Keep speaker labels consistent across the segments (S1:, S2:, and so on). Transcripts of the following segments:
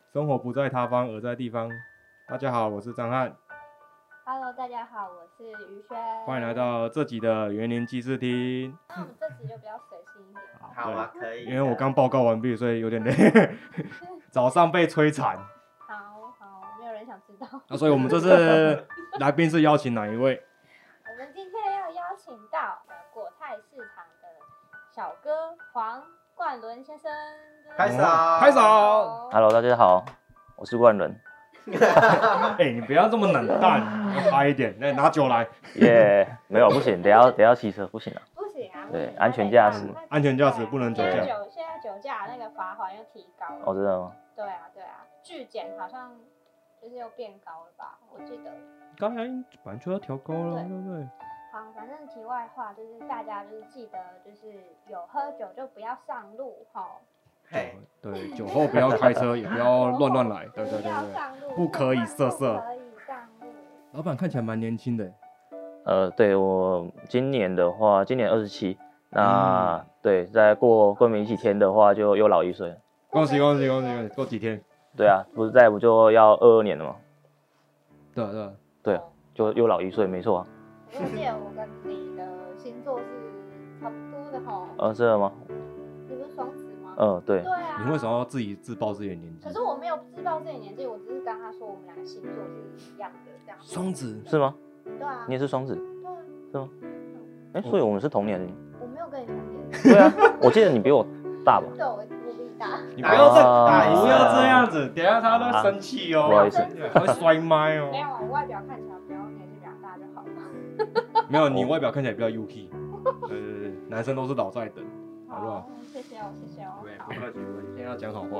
S1: 生活不在他方，而在地方。大家好，我是张翰。
S2: Hello， 大家好，我是于轩。
S1: 欢迎来到这集的园林记事厅。
S2: 那我们这集就比较随性一点。
S3: 好啊，可以。
S1: 因为我刚报告完毕，所以有点累。早上被摧残。
S2: 好，没有人想知道。
S1: 所以我们这次来宾是邀请哪一位？
S2: 我们今天要邀请到果菜市场的小哥黄冠伦先生。
S3: 拍手，
S1: 拍手。
S4: Hello， 大家好，我是冠伦。
S1: 你不要这么冷淡，要嗨一点。拿酒来。
S4: 没有不行，等下骑车不行啊。
S2: 不行啊。
S4: 对，安全驾驶。
S1: 安全驾驶不能酒驾。
S2: 现在酒驾那个罚款又提高了。
S4: 哦，真的吗？
S2: 对啊，拒检好像就是又变高了吧？我记得。
S1: 刚才本来就要调高了，对不对？
S2: 好，反正题外话就是大家就是记得就是有喝酒就不要上路齁。
S1: 对，酒后不要开车，也不要乱来，对，不可以色。
S2: 不可以上路。
S1: 老板看起来蛮年轻的。
S4: 对我今年27，那对，在过民一起天的话就又老1岁了。
S1: 恭喜，过几天？
S4: 对啊，不就要22年了吗？
S1: 对
S4: 啊，就又老1岁，没错啊。
S2: 我记得我跟你的星座是差不多的齁。
S4: 真的吗？
S2: 你不是双子吗？
S4: 对。
S2: 对啊。
S1: 你为什么要自爆自己的年纪？
S2: 可是我没有自爆自己年纪，我只是跟他说我们两个星座是一样的这样。
S1: 双子
S4: 是吗？
S2: 对啊。
S4: 你也是双子？
S2: 对啊。
S4: 是吗？所以我们是同年龄。
S2: 我没有跟你同年龄。
S4: 对啊，我记得你比我大吧？
S2: 对，我比你大。
S1: 你不要这样子，等一下他会生气哦。
S4: 不好意思，
S1: 他会摔麦哦。
S2: 没有，我外表看起来不要年纪比较大就好了。
S1: 没有，你外表看起来比较 UK。对，男生都是老在等，好不好？
S2: 谢谢哦。
S1: 对，不客气，今天要讲好话。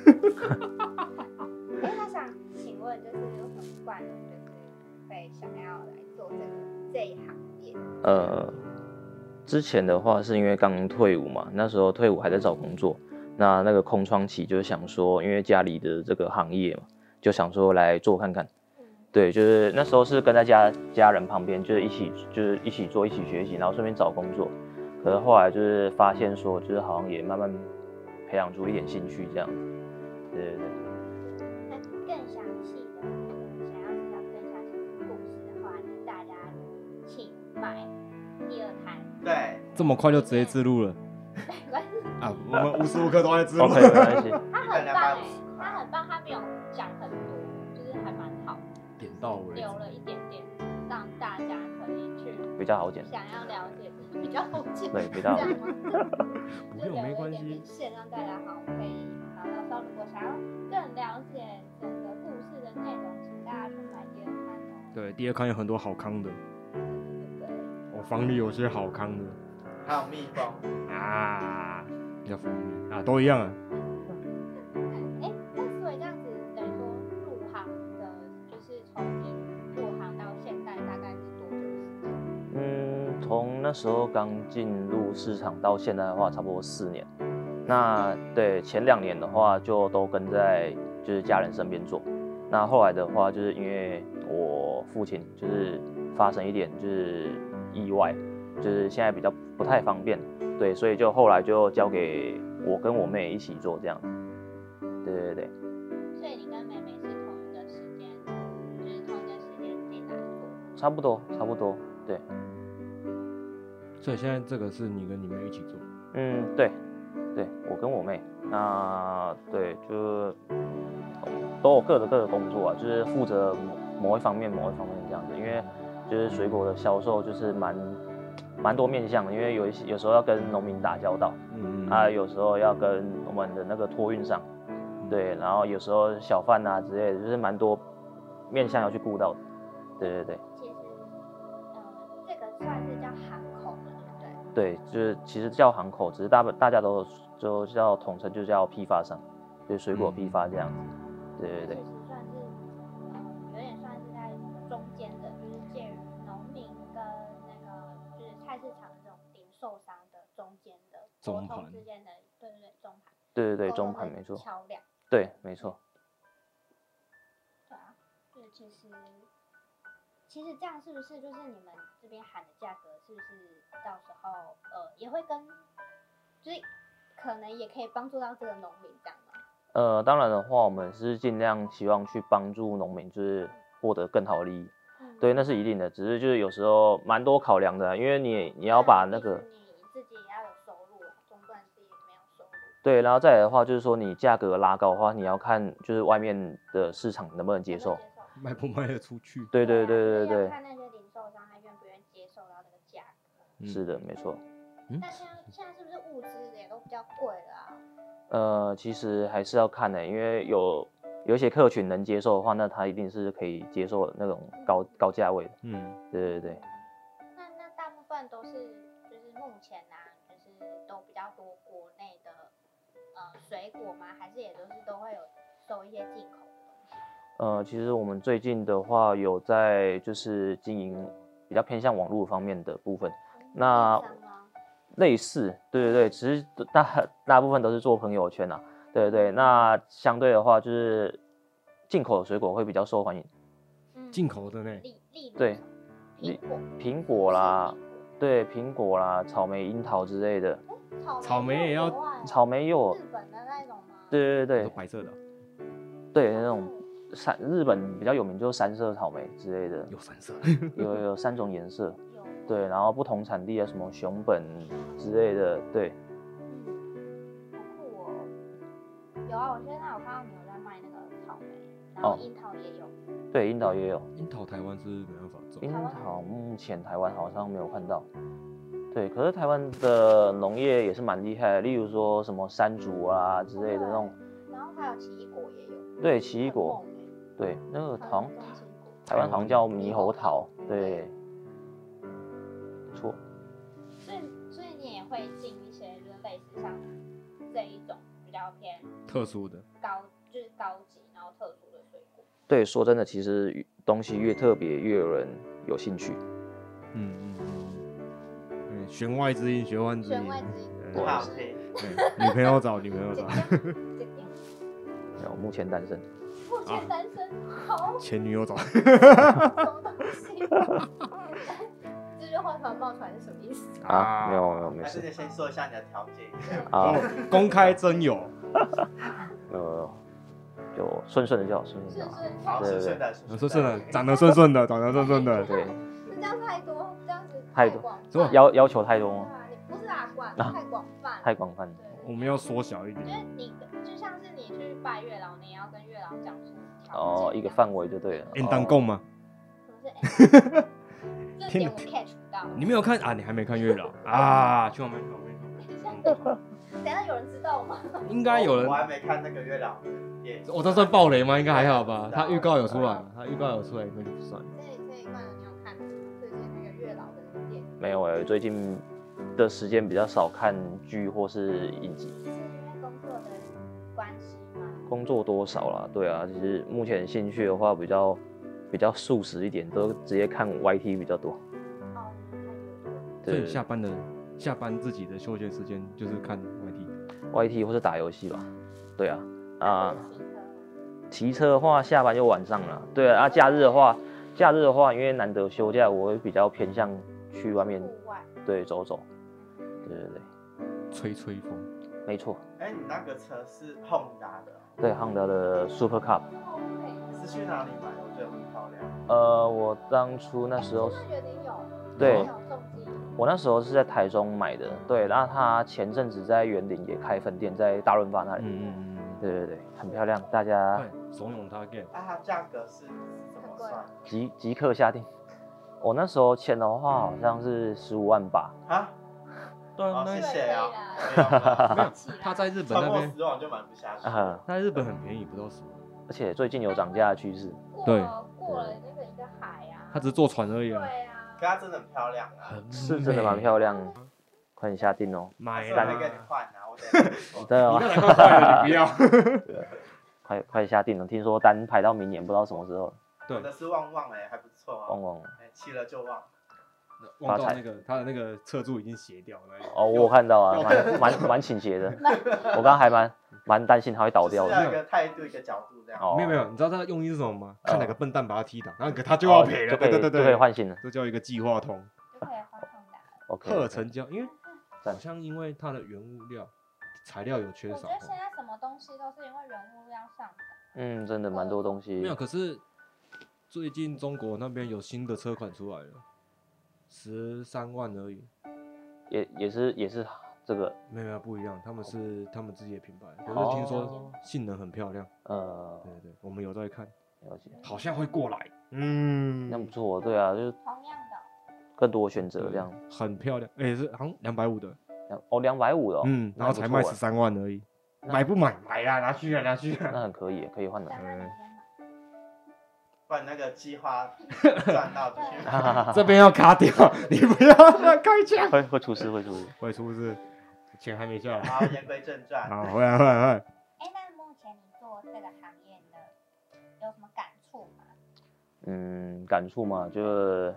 S2: 那想请问，就是有什么惯人，就是会想要来做这一行业？
S4: 之前的话是因为刚退伍嘛，那时候退伍还在找工作，那个空窗期就是想说，因为家里的这个行业嘛，就想说来做看看。对，就是那时候是跟在家人旁边，就是一起做，一起学习，然后顺便找工作。可是后来就是发现说，就是好像也慢慢培养出一点兴趣这样子。对。
S2: 那更详细的，想要知道更详细的故事的话，大家请买第2弹。
S3: 对。
S1: 这么快就直接自录了？啊，我们无时无刻都在自录。
S4: OK， 没关系。
S2: 他很棒他很棒，他没有讲很多，就是还蛮好。
S1: 点到为止。
S2: 留了一点点，让大家可以去
S4: 比较好剪。
S2: 想要了解自己比较好剪。
S4: 对，比较好。
S1: 不用，没关系。
S2: 线让大家好可以，然后到时候如果想要更了解整个故事的内容，请大家去买第2刊哦。
S1: 对，第2刊有很多好康的。
S2: 对。
S1: 我房里有些好康的。
S3: 还有蜜蜂
S1: 啊，要蜂蜜啊，都一样啊。
S2: 那所以这样子等于说入行的，就是从你入行到现在大概是多久时间？
S4: 从那时候刚进入市场到现在的话，差不多4年。那对前2年的话，就都跟在就是家人身边做。那后来的话，就是因为我父亲就是发生一点就是意外。就是现在比较不太方便，对，所以就后来就交给我跟我妹一起做这样子。对。
S2: 所以你跟妹妹是同一个时间，就是同一个时间进来做？
S4: 差不多，对。
S1: 所以现在这个是你跟你妹一起做？
S4: 对，我跟我妹，那对，就都有各的工作啊，就是负责某一方面这样子，因为就是水果的销售就是蛮多面向的，因为有时候要跟农民打交道，有时候要跟我们的那个托运商，对，然后有时候小贩啊之类的，就是蛮多面向要去顾到的，对。
S2: 其实，这个算是叫行口的，对不对？
S4: 对，就是其实叫行口，只是大家都叫统称就叫批发商，就是水果批发这样子，对。
S2: 其实算是，有点算是在中间的，就是介于农民跟那个就是菜市场这种零售商的中间的
S1: 中盘
S2: 之间的，对，中盘。
S4: 对，中盘没错。
S2: 桥梁。
S4: 对，没错。
S2: 对啊，就是其实这样是不是就是你们这边喊的价格，是不是到时候也会跟，就是可能也可以帮助到这个农民这样吗？
S4: 当然的话，我们是尽量希望去帮助农民，就是获得更好的利益。对，那是一定的，只是就是有时候蛮多考量的啊，因为你要把那个
S2: 你自己也要有收入，中断自己没有收入。
S4: 对，然后再来的话就是说你价格拉高的话，你要看就是外面的市场能不能接受，
S1: 卖不卖得出去？
S4: 对，
S2: 看那些零售商他愿不愿意接受到这个价格。
S4: 是的，没错。
S2: 但现在是不是物资也都比较贵了啊？
S4: 其实还是要看的，因为有一些客群能接受的话，那他一定是可以接受那种高价位的。对。
S2: 那大部分都是就是目前就是都比较多国内的水果吗？还是也都会有收一些进口的东西？
S4: 其实我们最近的话有在就是经营比较偏向网络方面的部分，那类似，对，其实大部分都是做朋友圈啊，对，那相对的话就是进口的水果会比较受欢迎，
S1: 进口的呢？
S4: 对，苹果啦，对，苹果啦，草莓、樱桃之类的，
S1: 草莓也要，
S4: 草莓有
S2: 日本的那种吗？
S4: 对，
S1: 白色的，
S4: 对，那种日本比较有名就是三色草莓之类的，
S1: 有3色，
S4: 有3种颜色。对，然后不同产地的什么熊本之类的，对。
S2: 好酷哦！有啊，我现在有看到你有在卖那个草莓，然后樱桃也有。
S4: 对，樱桃也有。
S1: 樱桃台湾是没办法种。
S4: 樱桃目前台湾好像没有看到。对，可是台湾的农业也是蛮厉害的，例如说什么山竹啊之类的那种。
S2: 然后还有奇异果也有。
S4: 对，奇异果。对，那个好像台湾好像叫猕猴桃，对。错，
S2: 所以你也会进一些就是类似像这一种比较偏
S1: 特殊的
S2: 就是高级然后特殊的水果。
S4: 对，说真的，其实东西越特别，越有人有兴趣。
S1: 弦外之音，弦外之音。
S3: 好听。
S1: 女朋友找。
S4: 目前单身。
S2: 目前单身，好。
S1: 前女友找。
S2: 什么东西？这句话突然冒出来是什么意思
S4: 啊？没有，没事。
S3: 还是先说一下你的条件
S4: 啊，
S1: 公开征友。
S4: 就顺顺的就好，顺顺
S1: 的，长得顺顺的，
S4: 对。
S2: 是这样太多，这样子
S4: 太多，要求太多吗？
S2: 不是太广泛。
S4: 太广泛。
S1: 我们要缩小一点。
S2: 就是你就像是你去拜月老，你也要跟月老讲出条件。
S4: 一个范围就对了。
S1: 当供吗？
S2: 什么是？这点我 catch 不到。
S1: 你没有看啊？你还没看月老啊？去旁边。
S2: 等下有人知道吗？
S1: 应该有人。
S3: 我还没看那个月老。
S1: 我这算爆雷吗？应该还好吧。他预告有出来，那就不算。
S2: 这一段你有看最近那个月老的那个电影？
S4: 没有最近的时间比较少看剧或是影集。
S2: 是因为工作的关系吗？
S4: 工作多少啦？对啊，其实目前兴趣的话比较速食一点，都直接看 YT 比较多。
S1: 所以下班自己的休闲时间就是看
S4: YT 或是打游戏吧。对啊。骑车的话，下班就晚上了。对啊，假日的话，因为难得休假，我会比较偏向去外面，对，走走。对，
S1: 吹风。
S4: 没错。
S3: 你那个车是 Honda 的？
S4: 对 ，Honda 的 Super Cup。
S3: 是去哪里买？我觉得很漂亮。
S4: 我当初那时候
S2: 有。
S4: 对。我那时候是在台中买的，对，然后他前阵子在员林也开分店，在大润发那里，对，很漂亮，大家
S1: 怂恿他 get。
S3: 它价格是怎么算？
S4: 即刻下定。我那时候签的话好像是15.8万啊。
S1: 对，
S3: 谢谢啊。
S1: 没有，他在日本那边
S3: 10万就买不下去。
S1: 他在日本很便宜，不到10万。
S4: 而且最近有涨价的趋势。
S1: 对，
S2: 过了那个一个海啊。
S1: 他只是坐船而已啊。
S2: 对啊。
S3: 可它真的很漂亮啊。
S4: 是真的蛮漂亮，快点下定哦。
S3: 买了。跟你换啊，我
S4: 对啊。
S1: 你不要。
S4: 快下定了，听说单排到明年，不知道什么时候。
S3: 对。我的是旺旺还不错啊。
S4: 旺旺。
S3: 骑了就旺。
S1: 旺到那个他的那个侧柱已经斜掉了。
S4: 我有看到啊，蛮倾斜的。我刚刚还蛮担心它会倒掉的。
S3: 一个态度一个角度这样。
S1: 没有，你知道他的用意是什么吗？看哪个笨蛋把他踢倒，然后他就要赔了，对，
S4: 就可以换新了。
S1: 这叫一个计划通。
S2: 就可以换
S1: Honda。课程教，因为好像因为它的原物料材料有缺少。
S2: 我觉得现在什么东西都是因为原物料上涨。
S4: 真的蛮多东西。
S1: 没有，可是最近中国那边有新的车款出来了，13万而已。
S4: 也是这个。
S1: 没有不一样，他们是他们自己的品牌，可是听说性能很漂亮。对，我们有在看，
S4: 了解，
S1: 好像会过来。
S4: 那不错，对啊，就是
S2: 同样的，
S4: 更多选择这样。
S1: 很漂亮，是好像250的。
S4: 250的哦。
S1: 然后才卖13万而已。买不买？买啊，拿去啊，拿去啊。
S4: 那很可以，可以换的。
S3: 不然那个计划赚到就去。
S1: 这边要卡掉，你不要开枪。
S4: 会出事。
S1: 会出事，钱还没下来。
S3: 好，言归正传。
S1: 好，回来。
S2: 那目前你做这个行业的有什么感触吗？
S4: 感触嘛，就是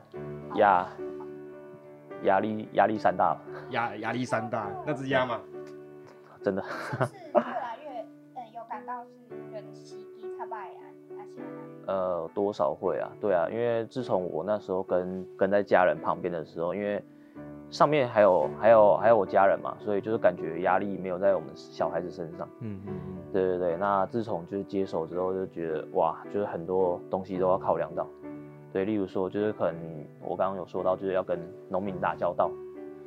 S4: 压力山大。
S1: 压力山大，那只鸭嘛。
S4: 真的。
S2: 是越来越有感到是觉得司机差拜啊，
S4: 多少会啊，对啊，因为自从我那时候跟在家人旁边的时候，因为上面还有我家人嘛，所以就是感觉压力没有在我们小孩子身上。对，那自从就是接手之后，就觉得哇，就是很多东西都要考量到。对，例如说就是可能我刚刚有说到，就是要跟农民打交道，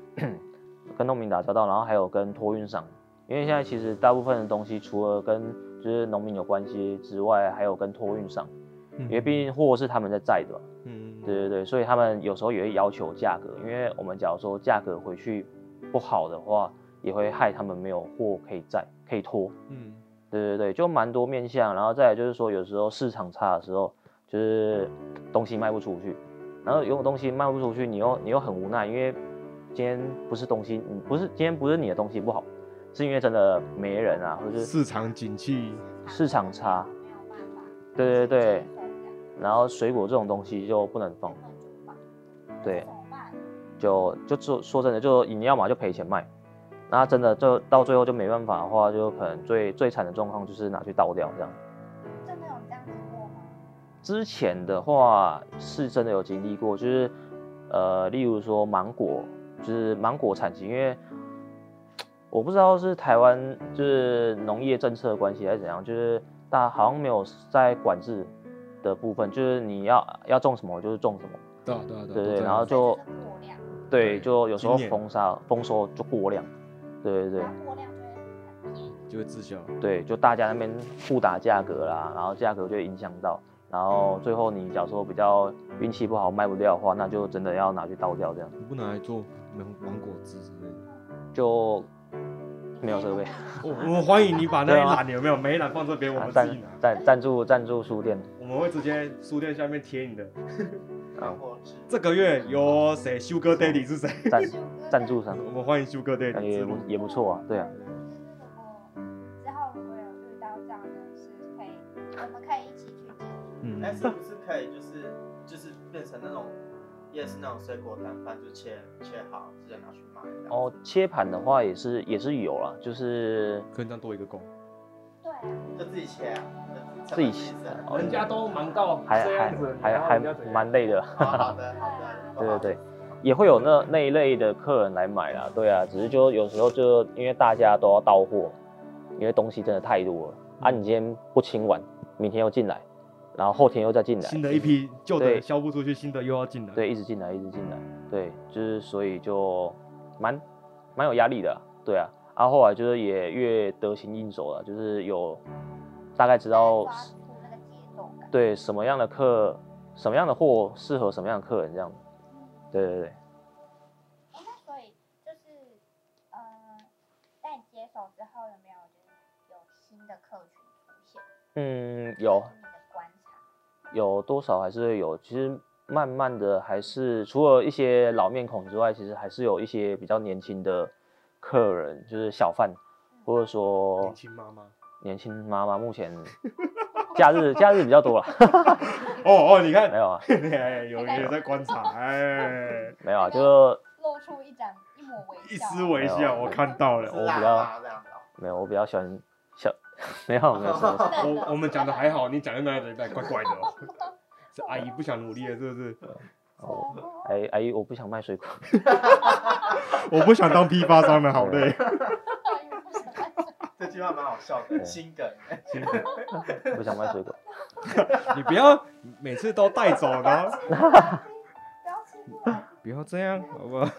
S4: 然后还有跟托运商。因为现在其实大部分的东西，除了跟就是农民有关系之外，还有跟托运商，因为毕竟货是他们在载的嘛。对，所以他们有时候也会要求价格，因为我们假如说价格回去不好的话，也会害他们没有货可以载可以拖。对，就蛮多面向，然后再来就是说有时候市场差的时候，就是东西卖不出去，然后有东西卖不出去，你又很无奈，因为今天不是今天不是你的东西不好。是因为真的没人啊，或者
S1: 市场景气，
S4: 市场差，
S2: 没有办法。
S4: 对，然后水果这种东西就不能放，对，就说真的，就你要嘛就赔钱卖，那真的就到最后就没办法的话，就可能最惨的状况就是拿去倒掉这样。
S2: 真的有这样子过吗？
S4: 之前的话是真的有经历过，就是例如说芒果，就是芒果产期，因为我不知道是台湾就是农业政策的关系还是怎样，就是大家好像没有在管制的部分，就是你要种什么就是种什么。对，然后就
S2: 过量。
S4: 对，就有时候丰收就过量。对。
S2: 过量就会很便宜，
S1: 就会滞销。
S4: 对，就大家那边互打价格啦，然后价格就会影响到，然后最后你假如说比较运气不好卖不掉的话，那就真的要拿去倒掉这样。
S1: 你不拿来做芒果汁之类的？
S4: 就没有设备。
S1: 我欢迎你把那一栏有没有？每一栏放这边，我们自己拿。
S4: 赞助书店，
S1: 我们会直接书店下面贴你的。
S3: 芒果汁。
S1: 这个月有谁？Sugar Daddy 是谁？
S4: 赞助商。
S1: 我们欢迎 Sugar Daddy，
S4: 也不错啊，对啊。
S2: 之后如果有遇到这样的事，我们可以一起去解决。
S3: 是不是可以就是变成那种夜市那种水果摊贩，就切好直接拿去卖？
S4: 哦，切盘的话也是有啦，就是
S1: 可以这样多一个工。
S2: 对啊，
S3: 就自己切啊，
S4: 自己切。
S1: 人家都忙到
S4: 还蛮累的。
S3: 好的。
S4: 对，也会有那一类的客人来买啦，对啊，只是就有时候就因为大家都要到货，因为东西真的太多了啊，你今天不清完，明天又进来，然后后天又再进来，
S1: 新的一批，旧的销不出去，新的又要进来，
S4: 对，一直进来，对，就是所以就蛮有压力的啦，对啊，然后后来就是也越得心应手了，就是有大概知道对什么样的货适合什么样的客人这样。对。
S2: 那所以就是在你接手之后，有没有就是有新的客群出现？
S4: 有。
S2: 你的观察
S4: 有多少还是会有，其实慢慢的还是除了一些老面孔之外，其实还是有一些比较年轻的客人，就是小贩，或者说年轻妈妈，目前假日比较多了。
S1: 你看
S4: 没有啊？
S1: 有人在观察，
S4: 没有啊，就
S2: 露出一抹微笑，
S1: 一丝微笑，我看到了。
S4: 我比较喜欢没有。
S1: 我们讲的还好，你讲的那一代怪怪的哦。是阿姨不想努力了，是不是？
S4: 阿姨，我不想卖水果。
S1: 我不想当批发商了，好累。
S3: 最近句话蛮好笑的，心梗。
S4: 不想卖水果。
S1: 你不要每次都带走的，
S2: 不要吃过来。
S1: 不要这样，好不好？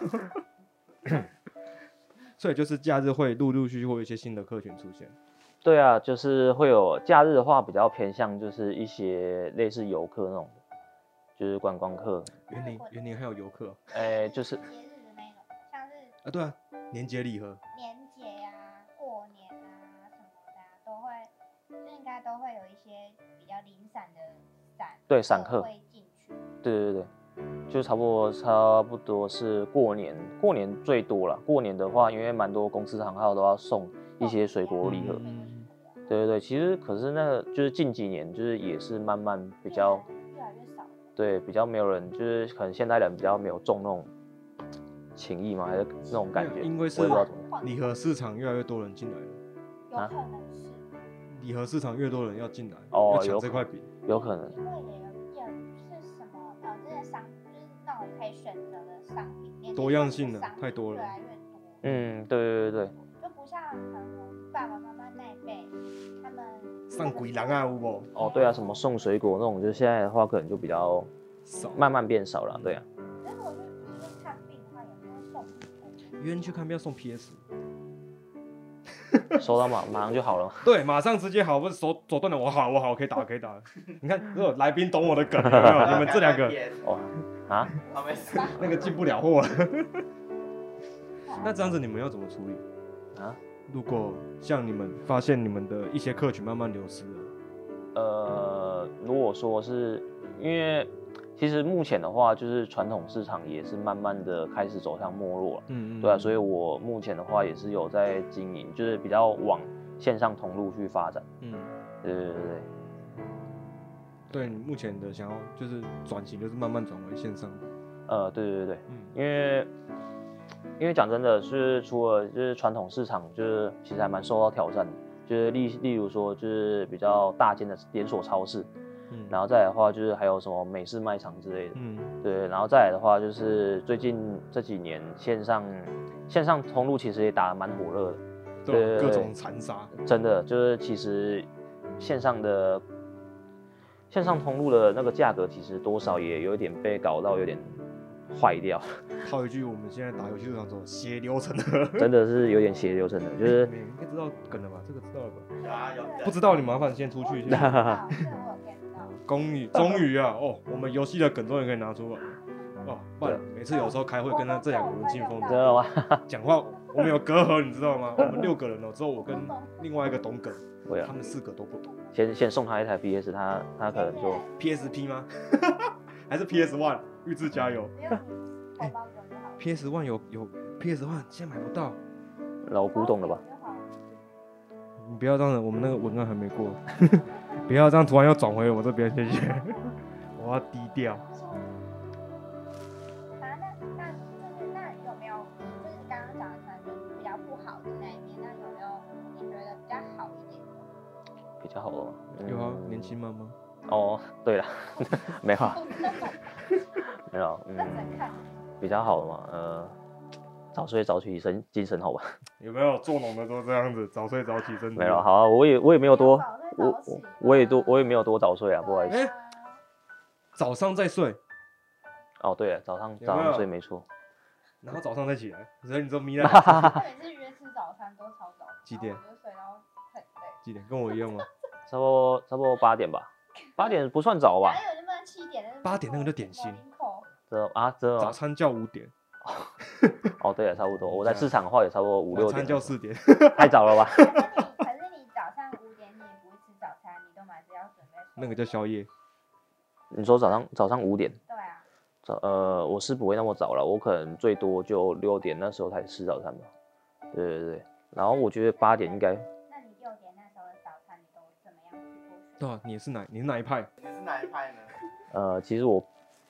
S1: 所以就是假日会陆续会有一些新的客群出现。
S4: 对啊，就是会有假日的话比较偏向就是一些类似游客那种的，就是观光客。
S1: 园林还有游客，
S4: 就是
S2: 节日的那种，像是
S1: 啊，对啊，年节礼盒，
S2: 年节啊、过年啊什么的、都会，就应该都会有一些比较零散的
S4: 对散客
S2: 会进去。
S4: 对，就差不多是过年最多了。过年的话，因为蛮多公司行号都要送一些水果礼盒。对，其实可是那个就是近几年就是也是慢慢比较
S2: 越来越少。
S4: 对，比较没有人，就是可能现代人比较没有重那种情谊嘛，还是那种感觉。
S1: 因为是
S4: 我也不知道怎么
S1: 礼盒市场越来越多人进来了，
S2: 有可能是。
S1: 礼盒市场越多人要进来，
S4: 哦
S1: 要抢这块饼，
S4: 有可能。
S2: 因为也是什么这些商就是那种可以选择的商品，
S1: 多样性的太多了
S2: 越来越多。
S4: 对，
S2: 就不像可能爸爸妈妈那一辈，他们
S1: 上鬼狼啊，有无？
S4: 哦，对啊，什么送水果那种，就现在的话可能就比较
S1: 少，
S4: 慢慢变少了，对啊。
S2: 但是我就医院看病的话，有没有送水果？
S1: 医院去看病要送 PS，
S4: 收到马上就好了。
S1: 对，马上直接好，不是手断了，我好，可以打。你看，如果来宾懂我的梗，有没有？你们这两个
S4: 哦啊，
S3: 没事。
S1: 那个进不了货了。那这样子你们要怎么处理
S4: 啊？
S1: 如果像你们发现你们的一些客群慢慢流失了，
S4: 如果说是因为其实目前的话，就是传统市场也是慢慢的开始走向没落了。对啊，所以我目前的话也是有在经营，就是比较往线上同路去发展。对。
S1: 对，你目前的想要就是转型，就是慢慢转为线上。
S4: 对，因为讲真的是除了就是传统市场，就是其实还蛮受到挑战的，就是例如说就是比较大间的连锁超市，然后再来的话就是还有什么美式卖场之类的，对，然后再来的话就是最近这几年线上通路其实也打得蛮火热的，
S1: 对，各种残杀，
S4: 真的就是其实线上通路的那个价格其实多少也有点被搞到有点坏掉。
S1: 套一句我们现在打游戏市场说血流成河，
S4: 真的是有点血流成河，就是
S1: 你应该知道梗了吧？这个知道了吧？
S3: 有
S1: 不知道你麻烦先出去。
S2: 这个我有 get 到。
S1: 终于啊，我们游戏的梗终于可以拿出来。不然每次有时候开会跟这两个人进风，
S4: 知道吗？
S1: 讲话我们有隔阂，你知道吗？我们6个人只有我跟另外一个懂梗，他们4个都不懂。
S4: 先送他一台 PS， 他可能就
S1: PSP 吗？还是 PS1？ 预支加油。PS1 有 PS1， 现在买不到，
S4: 老古董了吧？
S1: 你不要这样，我们那个文案还没过，不要这样突然又转回我这边，谢谢。我要低调。
S2: 那有没有就是你刚刚讲的可能就是比较不好的那一面，那有没有你觉得比较好一点？
S4: 比较好的吗？
S1: 有啊，年轻妈妈。
S4: 哦，对了，没有，没有，比较好的嘛，早睡早起精神好吧？
S1: 有没有做农的都这样子，早睡早起真的？
S4: 没有，好啊，我也没有多，我也没有多早睡啊，不好意思。
S1: 早上再睡。
S4: 哦，对了，早上睡没错。
S1: 然后早上再起来，所以你都眯在。
S2: 每次约吃早餐都超早。
S1: 几点？
S2: 我就睡到很累。
S1: 几点？跟我一样吗？
S4: 差不多8点吧。8点不算早吧？
S2: 哪有那么7点
S1: ？8点那个就点心。
S4: 早
S1: 餐叫5点。
S4: 哦，对了，差不多。我在市场的话也差不多5、6点。
S1: 晚餐叫4点。
S4: 太早了吧？
S2: 可是你早上5点你也不会吃早餐，你都还是要准备。
S1: 那个叫宵夜。
S4: 你说早上5点？
S2: 对啊。
S4: 我是不会那么早了，我可能最多就6点那时候才吃早餐吧。对。然后我觉得8点应该。
S2: 那你6点那时候的早餐你都怎么样去做？
S1: 对啊，你是哪一派？
S3: 你是哪一派呢？
S4: 其实我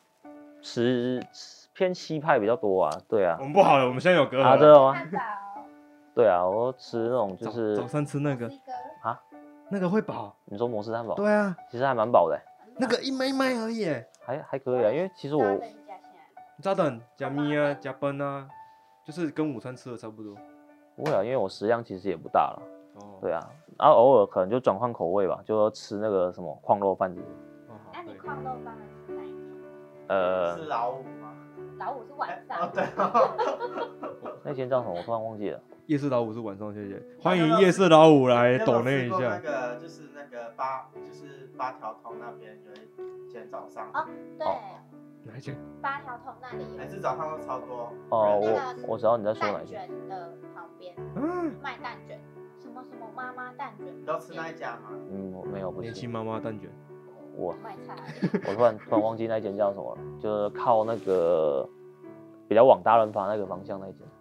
S4: 偏西派比较多啊。对啊。
S1: 我们不好了，我们现在有隔阂。
S4: 知道吗？对啊，我吃那种就是
S1: 早餐吃那个啊，那个会饱。
S4: 你说摩斯汉堡？
S1: 对啊，
S4: 其实还蛮饱的。
S1: 那个一麦而已，
S4: 还可以啊，因为其实我
S1: 早顿加米啊，加饭啊，就是跟午餐吃的差不多。
S4: 不会啊，因为我食量其实也不大了。 对啊，然后偶尔可能就转换口味吧，就吃那个什么矿肉饭之类的。
S2: 那你矿肉饭是哪一间？
S3: 是老五吗？
S2: 老五是晚上。
S3: 对。
S4: 那间叫什么？我突然忘记了。
S1: 夜市老五是晚上，谢谢。欢迎夜市老五来抖内一下。
S3: 那个就是那个八条通那边有一间早上。
S2: 哦，对。
S1: 哪一间
S2: ？8条通那里有。
S3: 每次早上都超多。
S4: 哦，我知道你在说哪一间。
S2: 蛋卷的旁边，卖蛋卷，什么妈妈蛋卷。
S3: 你都吃那一家吗？
S4: 我没有，不是。
S1: 年轻妈妈蛋卷。
S4: 我
S2: 卖菜。
S4: 我突然忘记那一间叫什么了，就是靠那个比较往大润发那个方向那一间。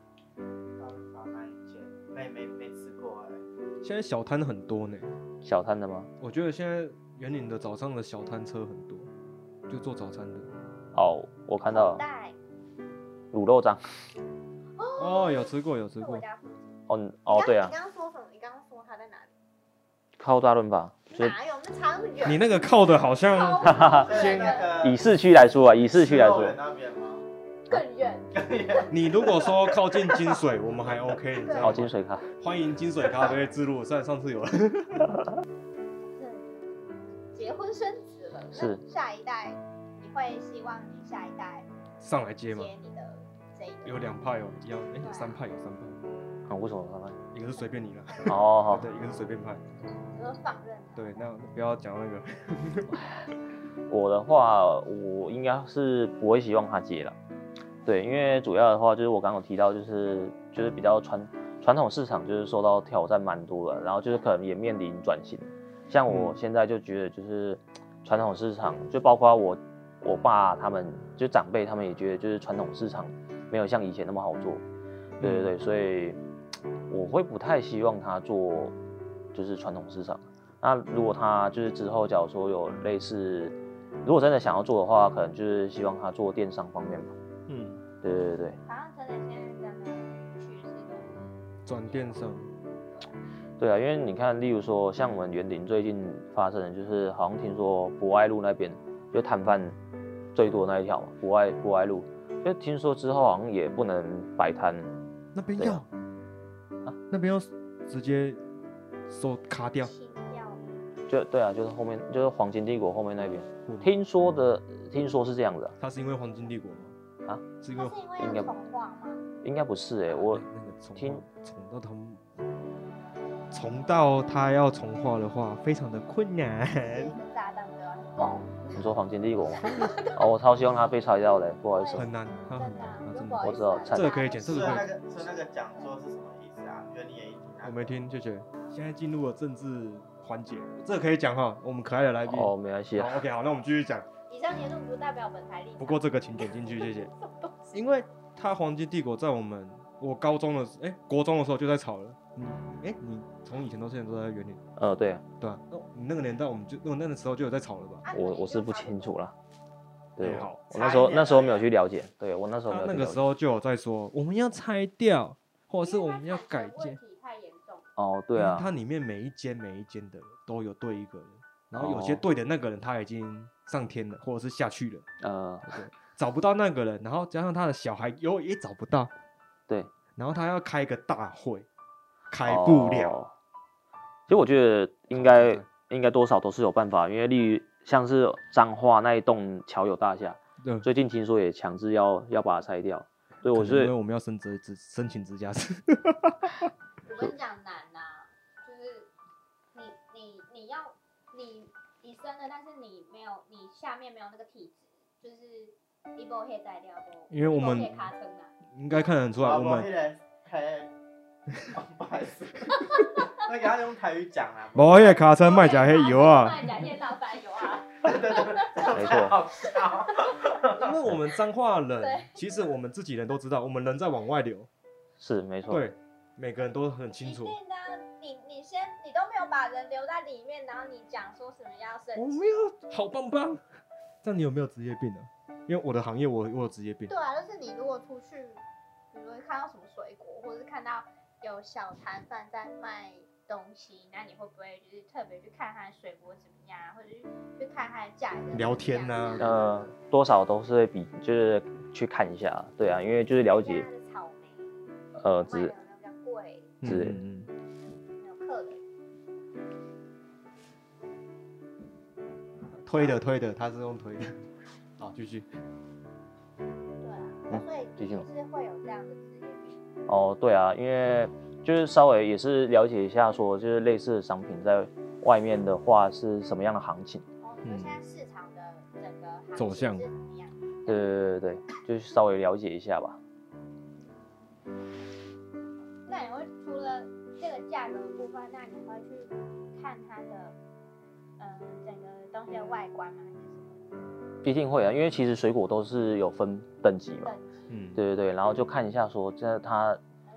S3: 没吃过哎。
S1: 现在小摊很多呢。
S4: 小摊的吗？
S1: 我觉得现在员林的早上的小摊车很多，就做早餐的。
S4: 哦，我看到了。卤肉章。
S1: 哦，有吃过。
S2: 哦，
S4: 对啊。
S2: 你刚刚说什么？你刚刚说它在哪里？
S4: 靠大润发。
S2: 哪有？那差那么远。
S1: 你那个靠的好像，
S4: 以市区来说啊，
S3: 那边吗？
S2: 更远。
S1: 你如果说靠近金水，我们还 OK， 你知道吗？
S4: 金水咖。
S1: 欢迎金水咖啡之路，上次有了。
S2: 结婚生子了，
S4: 是
S2: 下一代，你会希望你下一代
S1: 上来接吗？
S2: 接你的这一个。
S1: 有2派哦，一样，3派有3派。
S4: 为什么3派？
S1: 一个是随便你了。
S4: 哦，
S1: 对，一个是随便派。
S2: 就是放任。
S1: 对，那不要讲那个。
S4: 我的话，我应该是不会希望他接了。对，因为主要的话就是我刚刚有提到，就是比较传统市场就是受到挑战蛮多的，然后就是可能也面临转型。像我现在就觉得就是传统市场，就包括我爸他们就长辈他们也觉得就是传统市场没有像以前那么好做。对，所以我会不太希望他做就是传统市场。那如果他就是之后假如说有类似，如果真的想要做的话，可能就是希望他做电商方面吧。对。
S2: 好像真的现在真的趋势都是
S1: 转电商。
S4: 对啊，因为你看，例如说像我们园林最近发生的，就是好像听说博爱路那边就摊贩最多那一条嘛，博爱路，就听说之后好像也不能摆摊。
S1: 那边要那边要直接卡掉。
S4: 对啊，就是后面就是黄金帝国后面那边，听说是这样的。
S1: 它是因为黄金帝国吗？啊？是因为
S2: 应该重化吗？
S4: 应该不是哎，我
S1: 听重到它要重化的话，非常的困难。
S2: 炸弹都要爆。
S4: 你说黄金帝国吗？我超希望它被拆掉的，不好意思。
S1: 很难，它很难，真的。
S4: 我知道，
S1: 这个可以剪，这个可以。
S3: 所以那个讲座是什么意思啊？原理也一听。
S1: 我没听，谢谢。现在进入了政治环节，这个可以讲哈，我们可爱的来宾。
S4: 没关系。
S1: 好 ，OK， 好，那我们继续讲。
S2: 以上言论不代表本台立场。
S1: 不过这个请点进去，谢谢。因为它黄金帝国在我国中的时候就在吵了。你从以前到现在都在园林。
S4: 对啊。
S1: 对啊，你那个年代我那个时候就有在吵了吧？
S4: 我是不清楚啦。对，
S1: 好，
S4: 我那时候没有去了解。对，我那时候没有去了解。
S1: 那个时候就有在说我们要拆掉，或者是我们要改建。
S2: 太严重。
S4: 对啊。
S1: 它里面每一间的都有对一个人，然后有些对的那个人他已经上天了，或者是下去了。对，找不到那个人，然后加上他的小孩也找不到。
S4: 对。
S1: 然后他要开一个大会，开不了。
S4: 其实我觉得应该多少都是有办法，因为例如像是彰化那一栋侨友大厦，最近听说也强制要把它拆掉，所以我觉得
S1: 因为我们要申请直辖市。
S2: 我跟你讲难啊，就是你生了，但是你下面没有那个体质，就是你不可以摘掉不？
S1: 因为我们应该看得很出来，我们。
S3: 不好意思，那给他用台语讲啊。
S1: 无迄个卡车卖假黑油啊。
S2: 卖假黑倒白油啊。
S3: 对，
S4: 没错。
S1: 因为我们彰化人，其实我们自己人都知道，我们人在往外流。
S4: 是没错。
S1: 对，每个人都很清楚。
S2: 你都没有把人留在里面，然后你讲说什么要升级？
S1: 我没有，好棒棒。这样你有没有职业病啊？因为我的行业我有职业病。
S2: 对啊，就是你如果出去，比如看到什么水果，或者是看到有小摊贩在卖东西，那你会不会就是特别去看他的水果怎么样，或者去看他的价格？
S1: 聊天啊，
S4: 多少都是会就是去看一下，对啊，因为就是了解。
S2: 草莓，
S4: 比较贵，
S2: 没有客人。
S1: 推的，他是用推的。好，继续。
S2: 对啊，所以就是会有这样的职业病。
S4: 哦，对啊，因为就是稍微也是了解一下，说就是类似的商品在外面的话是什么样的行情。
S2: 哦，就现在市场的整个
S1: 走向
S2: 是怎么样？
S4: 对，就是稍微了解一下吧。
S2: 那你会除了这个价格的部分，那你会去看它的整个东西的外观吗？
S4: 一定会啊，因为其实水果都是有分等级嘛。对，然后就看一下说这它，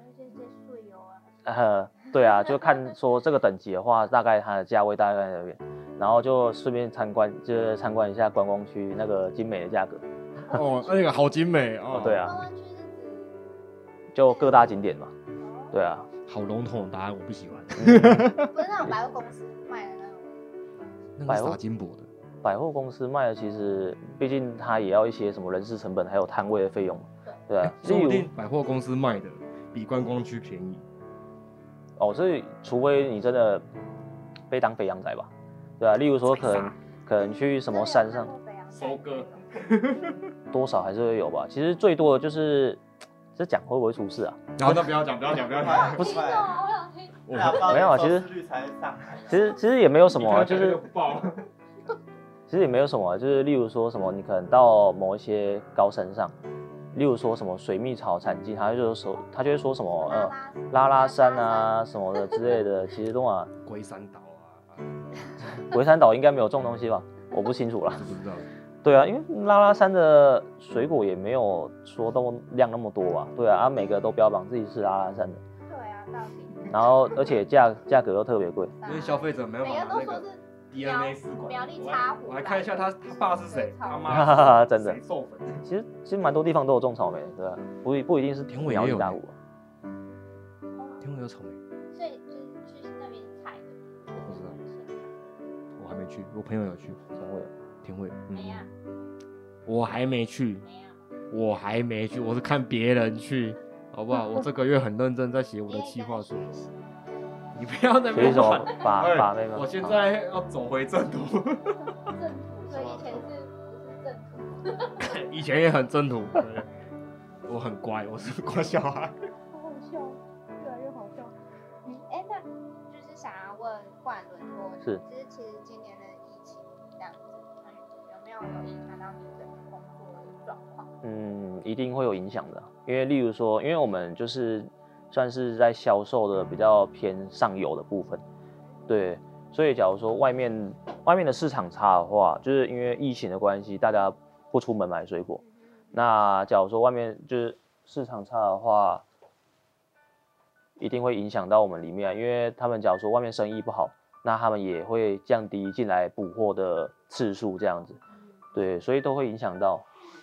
S4: 对啊，就看说这个等级的话，大概它的价位大概在哪边，然后就顺便参观一下观光区那个精美的价格。
S1: 哦，那个好精美哦。
S4: 对啊，就各大景点嘛。对啊，
S1: 好笼统的答案，我不喜欢。
S2: 不是那种百货公司卖的
S1: 那个撒金箔的。
S4: 百货公司卖的其实，毕竟它也要一些什么人事成本，还有摊位的费用。对啊，
S1: 说不定百货公司卖的比观光区便宜。
S4: 哦，所以除非你真的被当肥羊仔吧，对啊，例如说可能去什么山上
S1: 收割，
S4: 多少还是会有吧。其实最多的就是这讲会不会出事啊？
S1: 然后那不要讲，不是，
S2: 我想听。
S4: 没有啊，其实也没有什么啊，就是其实也没有什么啊，就是例如说什么，你可能到某一些高山上，例如说什么水蜜草产季，他就会说什么拉拉山啊什么的之类的，其实都啊
S1: 龟山岛啊，
S4: 龟山岛应该没有这种东西吧？我不清楚啦。
S1: 不知道。
S4: 对啊，因为拉拉山的水果也没有说量那么多吧？对啊，每个都标榜自己是拉拉山的。
S2: 对啊，到底。
S4: 然后而且价格又特别贵，
S1: 因为消费者没有办法那个 DNA 试管。
S2: 苗栗茶壶。
S1: 我来看一下他爸是谁，他
S4: 妈真的。
S1: 授粉。
S4: 其实蛮多地方都有种草莓，对吧？不一定是苗栗大湖。
S1: 田尾有草莓。
S2: 所以就是去那边采的。
S1: 我不知道，我还没去，我朋友有去。田尾。
S2: 没呀。
S1: 我还没去。我还没去，我是看别人去。好不好？我这个月很认真在写我的企划书。你不要在那边乱
S4: 把妹吗？
S1: 我现在要走回正途。
S2: 正途，所以以前不是正途。
S1: 以前也很正途。我很乖，我是乖小孩。
S2: 好好笑，越来越好笑。那就是想要问冠伦说，就是其实今年的疫情这样子，有没有影响到你整个工作的状况？
S4: 一定会有影响的，因为例如说，因为我们就是算是在销售的比较偏上游的部分，对，所以假如说外面的市场差的话，就是因为疫情的关系，大家不出门买水果，那假如说外面就是市场差的话，一定会影响到我们里面，因为他们假如说外面生意不好，那他们也会降低进来补货的次数，这样子，对，所以都会影响到。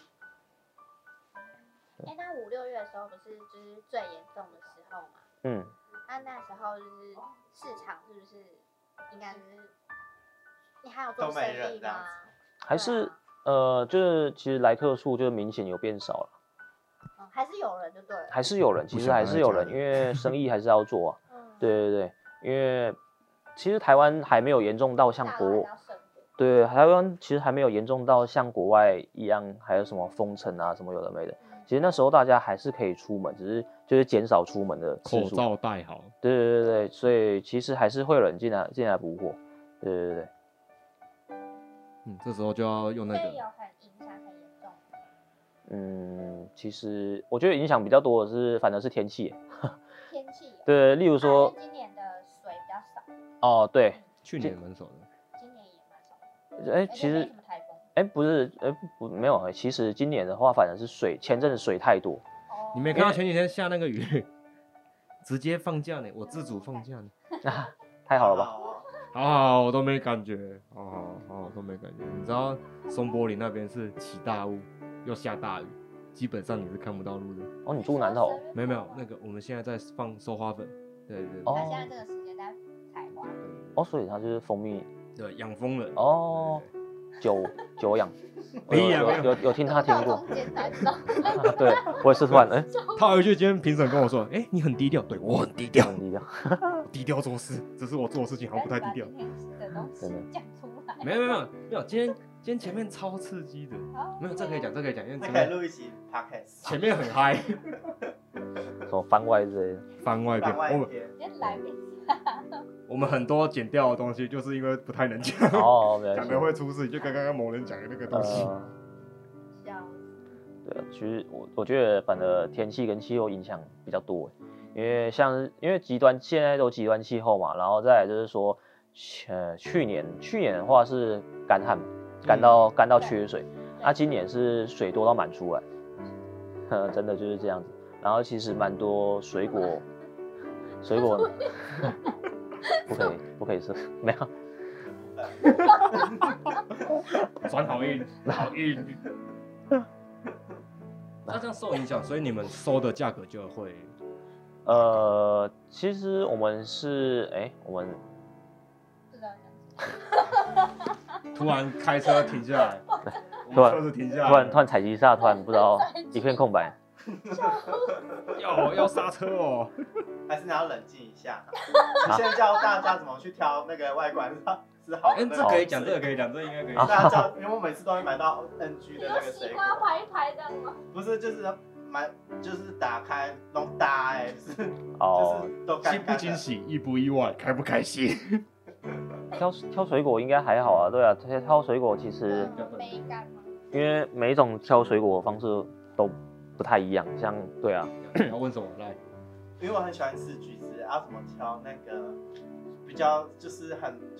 S2: 那5、6月的时候不是就是最严重的时候嘛？那时候就是市场是不是应该就是你还有做生意吗？
S4: 还是就是其实来客数就明显有变少了。
S2: 还是有人就对了。
S4: 还是有人，其实还是有人，因为生意还是要做啊。对，因为其实台湾还没有严重到像对，台湾其实还没有严重到像国外一样，还有什么封城啊什么有的没的。其实那时候大家还是可以出门，只是就是减少出门的次数，
S1: 口罩戴好。
S4: 对，所以其实还是会有人进来补货。对。
S1: 这时候就要用那个。
S2: 所以有很影响很严重。
S4: 其实我觉得影响比较多的是，反而是天气。
S2: 天气。
S4: 对，例如说。
S2: 今年的水比较少。
S4: 哦，对。
S1: 去年蛮少的。
S2: 今年也蛮少。
S4: 其实。不是，没有，其实今年的话，反而是前阵子水太多。
S1: 你没看到前几天下那个雨，直接放假呢，我自主放假呢。
S4: 太好了吧？
S1: 好，我都没感觉，好，都没感觉。你知道松柏林那边是起大雾，又下大雨，基本上你是看不到路的。
S4: 哦，你住南投？
S1: 没有，那个我们现在在收花粉。对。
S2: 他现在这个时间在采花。
S4: 哦，所以他就是蜂蜜。
S1: 对，养蜂人。
S4: 哦。久仰，有听他听过，对，我也是突然
S1: 他回去今天评审跟我说，你很低调，对我很低调，
S4: 低调，
S1: 低调做事，只是我做的事情好像不太低调，
S2: 真的讲出来，
S1: 没有，今天前面超刺激的，没有这可以讲，因为前
S3: 可以
S1: 面
S3: 录一集 podcast，
S1: 前面很嗨，
S4: 什么番外之类的，
S1: 番外篇，我们很多剪掉的东西，就是因为不太能讲，讲的会出事，就跟刚刚某人讲的那个东西。
S4: 对啊，其实我觉得反正天气跟气候影响比较多，因为现在都极端气候嘛，然后再来就是说，去年的话是干旱，干到缺水，今年是水多到满出来，真的就是这样子。然后其实蛮多水果不可以吃，没有。
S1: 酸好硬。那这样受影响，所以你们收的价格就会，
S4: 其实我们是，我们
S1: 突然开车停下来，
S4: 突然采集刹，突然不知道一片空白，
S1: 要刹车哦，
S3: 还是你要冷静一下？你现在教大家怎么去挑那个外观是好的。
S1: 这可以讲，这应该可以。
S3: 大家教，因为我每次都会买到 NG 的那个水果。
S2: 排一排这样吗？
S3: 不是，就是打开弄大就是都干干的。
S1: 惊不惊喜，意不意外，开不开心？
S4: 挑水果应该还好啊，对啊，挑水果其实因为每一种挑水果的方式都不太一样，像对啊。
S1: 你要问什么来？
S3: 因为我很喜欢吃橘子，怎么挑那个比较就是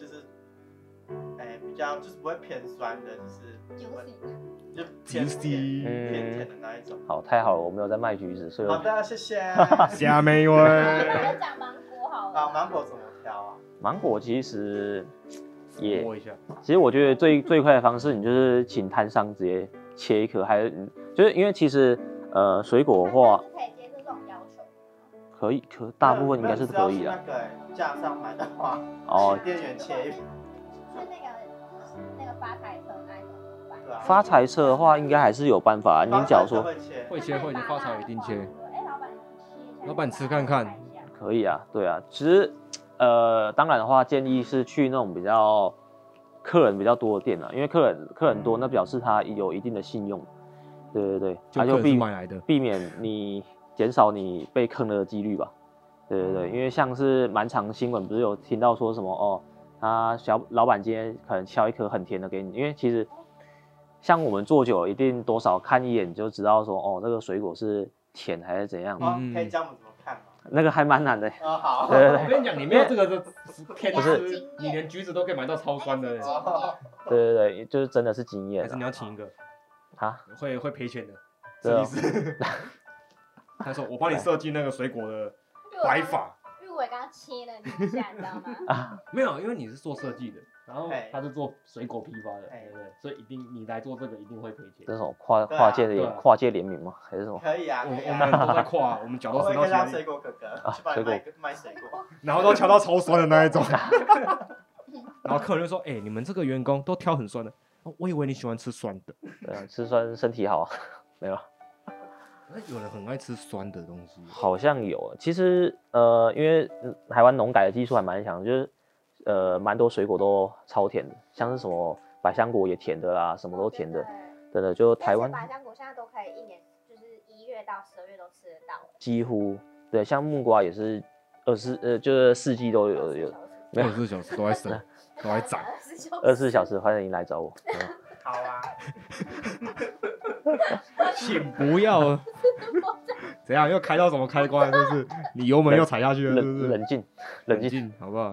S3: 比较就是不会偏酸的，就偏甜的那一种。
S4: 好，太好了，我没有在卖橘子，所以
S3: 好的，谢谢。
S1: 下面一位。
S2: 讲芒果好了。
S3: 芒果怎么挑啊？
S4: 芒果其实也
S1: 摸一下。
S4: 其实我觉得最快的方式，你就是请摊商直接切一颗，就是因为其实水果的话，
S2: 可以接受这种要求。
S4: 可以，大部分应该是可以的。
S3: 那个架上买的话，店员切一。是
S2: 那个发财车那一种。
S4: 发财车的话，应该还是有办法。你假如说
S1: 会切，发财一定切。老板吃看看。
S4: 可以啊，对啊。其实当然的话，建议是去那种比较客人比较多的店啊，因为客人多，那表示他有一定的信用。对，他就避免你减少你被坑的几率吧。对，因为像是蛮常新闻不是有听到说什么他老板今天可能挑一颗很甜的给你，因为其实像我们做久了，一定多少看一眼就知道说这个水果是甜还是怎样。
S3: 可以教我们怎么看吗？
S4: 那个还蛮难的。
S3: 好。
S4: 对，
S1: 我跟你讲，你没有这个的天资，你连橘子都可以买到超酸的。
S4: 对，就是真的是经验。
S1: 还是你要请一个
S4: 啊？会
S1: 赔钱的设计师。他说：“我帮你设计那个水果的摆法。”
S2: 因为我刚刚切了你一下，你知道吗？
S1: 没有，因为你是做设计的，然后他是做水果批发的，对，所以一定你来做这个一定会赔钱。
S4: 这种跨界联名吗？还是什么？
S3: 可以啊，
S1: 我们都在跨，我们脚都伸到前面。
S3: 水果哥哥去帮你卖水果，
S1: 然后都挑到超酸的那一种。然后客人就说：“你们这个员工都挑很酸的，我以为你喜欢吃酸的。”
S4: 对啊，吃酸身体好，没有。
S1: 有人很爱吃酸的东西，
S4: 好像有。其实因为台湾农改的技术还蛮强，就是蛮多水果都超甜的，像是什么百香果也甜的啦，什么都甜的，真的就台湾。
S2: 百香果现在都可以一年，就是1月到12月都吃得到。
S4: 几乎对，像木瓜也是就是4季都有，
S1: 没有24小时都在生，都在长。
S4: 24小时，欢迎来找我。
S3: 好啊。
S1: 请不要。怎样？又开到什么开关？就是你油门又踩下去了，是不是？
S4: 冷静，
S1: 好不好？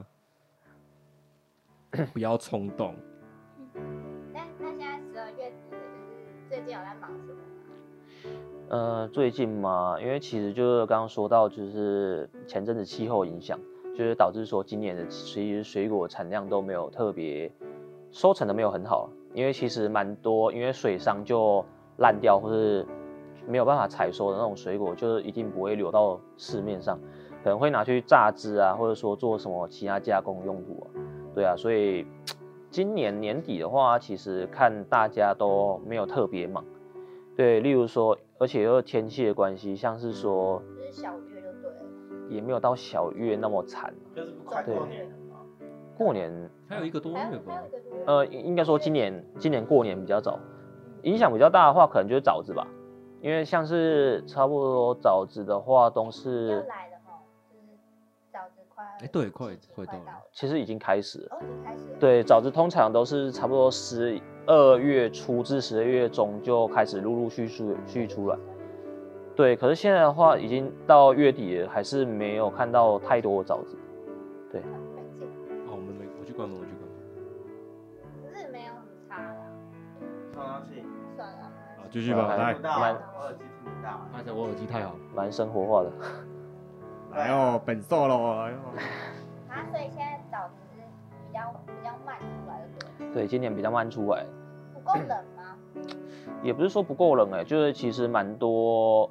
S1: 不要冲动。
S2: 那现在12月底的，就是最近有在忙什么吗？
S4: 最近嘛，因为其实就是刚刚说到，就是前阵子气候影响，就是导致说今年的其实水果产量都没有特别，收成的没有很好，因为其实蛮多，因为水商就烂掉或是没有办法采收的那种水果，就是一定不会流到市面上，可能会拿去榨汁啊，或者说做什么其他加工用途啊。对啊，所以今年年底的话，其实看大家都没有特别忙。对，例如说，而且又天气的关系，像是说，
S2: 就是小月就对了，
S4: 也没有到小月那么惨，
S3: 就是快过年了嘛。
S4: 过年
S1: 还有1个多月吧。
S4: 应该说今年过年比较早，影响比较大的话，可能就是枣子吧，因为像是差不多枣子的话都是
S2: 要来了哈，就是枣子
S1: 对，快到了，
S4: 其实已经开始了。
S2: 已经开始了。
S4: 对，枣子通常都是差不多12月初至12月中就开始陆陆续续出来。对，可是现在的话，已经到月底了，还是没有看到太多的枣子。对。
S1: 我去关门，
S2: 可是没有很差啦。
S3: 放上去。
S2: 算了。
S1: 继续吧，来。
S3: 我耳机听不到。
S1: 而且我耳机太好，
S4: 蛮生活化的。
S1: 来哦，本寿喽，来哦。
S2: 所以现在枣子是比较慢出来的。
S4: 对，今年比较慢出来。
S2: 不够冷吗？
S4: 也不是说不够冷就是其实蛮多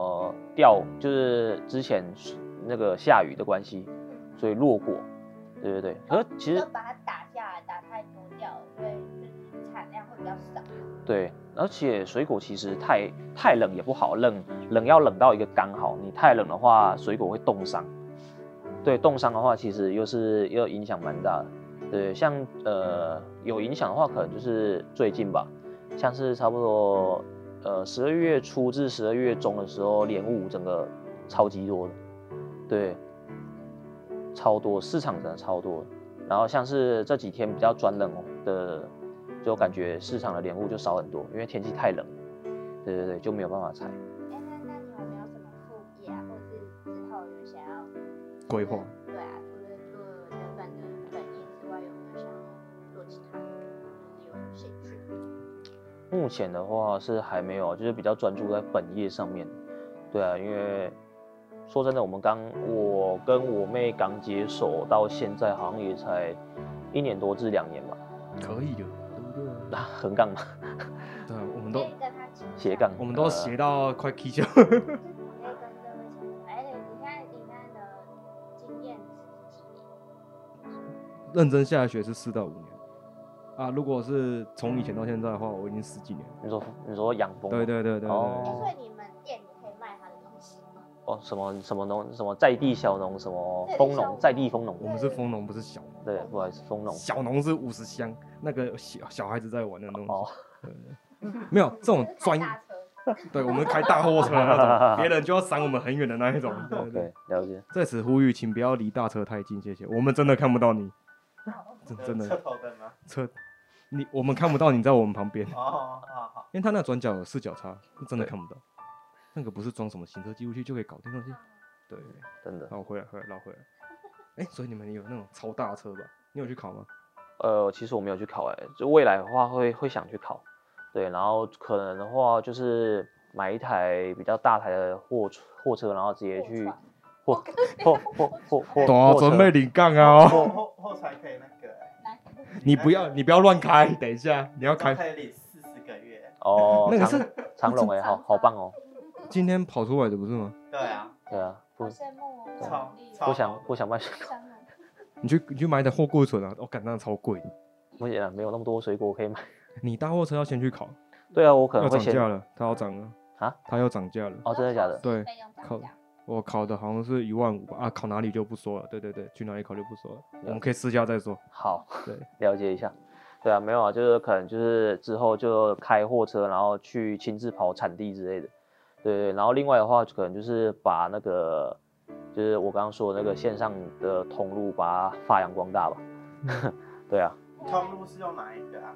S4: 就是之前那个下雨的关系，所以落果，对。可是其实
S2: 把它打下来，打太多掉了，所以就是产量会比较少。
S4: 对，而且水果其实太冷也不好，冷要冷到一个刚好，你太冷的话，水果会冻伤。对，冻伤的话，其实又影响蛮大的。对，像有影响的话，可能就是最近吧。像是差不多12月初至12月中的时候，莲雾整个超级多的，对，超多，市场真的超多。然后像是这几天比较转冷的，就感觉市场的莲雾就少很多，因为天气太冷，对，就没有办法采。
S2: 那你有没有什么副业啊，或是之后有想要
S1: 规划？
S2: 对啊，除了做相关的本业之外，有没有想要做其他的，就是有兴趣？
S4: 目前的话是还没有，就是比较专注在本业上面。对啊，因为说真的，我跟我妹刚接手到现在，好像也才1年多至2年吧。
S1: 可以的，对不对？
S4: 横杠嘛。
S1: 对，我们都
S4: 斜杠，
S1: 我们都斜到快气球。
S2: 可以跟各位讲，你看的经验是几年？
S1: 认真下来学是4到5年。如果是从以前到现在的话，我已经10几年。
S4: 你说养蜂？
S1: 对。
S2: 所以你们店里可以卖他的东西吗？
S4: 什么在地小农，什么蜂农，在地蜂农。
S1: 我们是蜂农，不是小农。
S4: 对，不好意思，蜂农。
S1: 小农是50箱，那个小孩子在玩的那种。对，没有这种专业。对，我们开大货车那种，别人就要闪我们很远的那一种。
S4: 对，了解。
S1: 在此呼吁，请不要离大车太近，谢谢。我们真的看不到你，真的。
S3: 车头灯吗？
S1: 我们看不到你在我们旁边。
S3: 好。
S1: 因为他那转角有视角差，真的看不到。那个不是装什么行车记录器就可以搞定东西。对，
S4: 真的。
S1: 绕回来。所以你们有那种超大车吧？你有去考吗？
S4: 其实我没有去考，就未来的话会想去考。对，然后可能的话就是买一台比较大台的货车，然后直接去货
S1: 准备领杠啊！
S3: 货才可以那个。
S1: 你不要乱开，等一下你要开。
S3: 可以领40个月。
S4: 哦，
S1: 那个是
S4: 长龙好棒哦。
S1: 今天跑出来的不是吗？
S3: 对啊。
S2: 好羡慕哦。
S4: 不想卖。
S1: 你去买点货柜存啊！感那超贵。
S4: 目前没有那么多水果可以买。
S1: 你大货车要先去考。
S4: 对啊，我可能会
S1: 涨价了，它要涨了
S4: 啊！
S1: 它要涨价了。
S4: 哦，真的假的？
S1: 对，我考的好像是15000吧。考哪里就不说了。对，去哪里考就不说了。我们可以私下再说。
S4: 好，
S1: 对，
S4: 了解一下。对啊，没有啊，就是可能就是之后就开货车，然后去亲自跑产地之类的。对，然后另外的话，可能就是把那个就是我刚刚说的那个线上的通路把它发扬光大吧。对啊。
S3: 通路是用哪一个啊？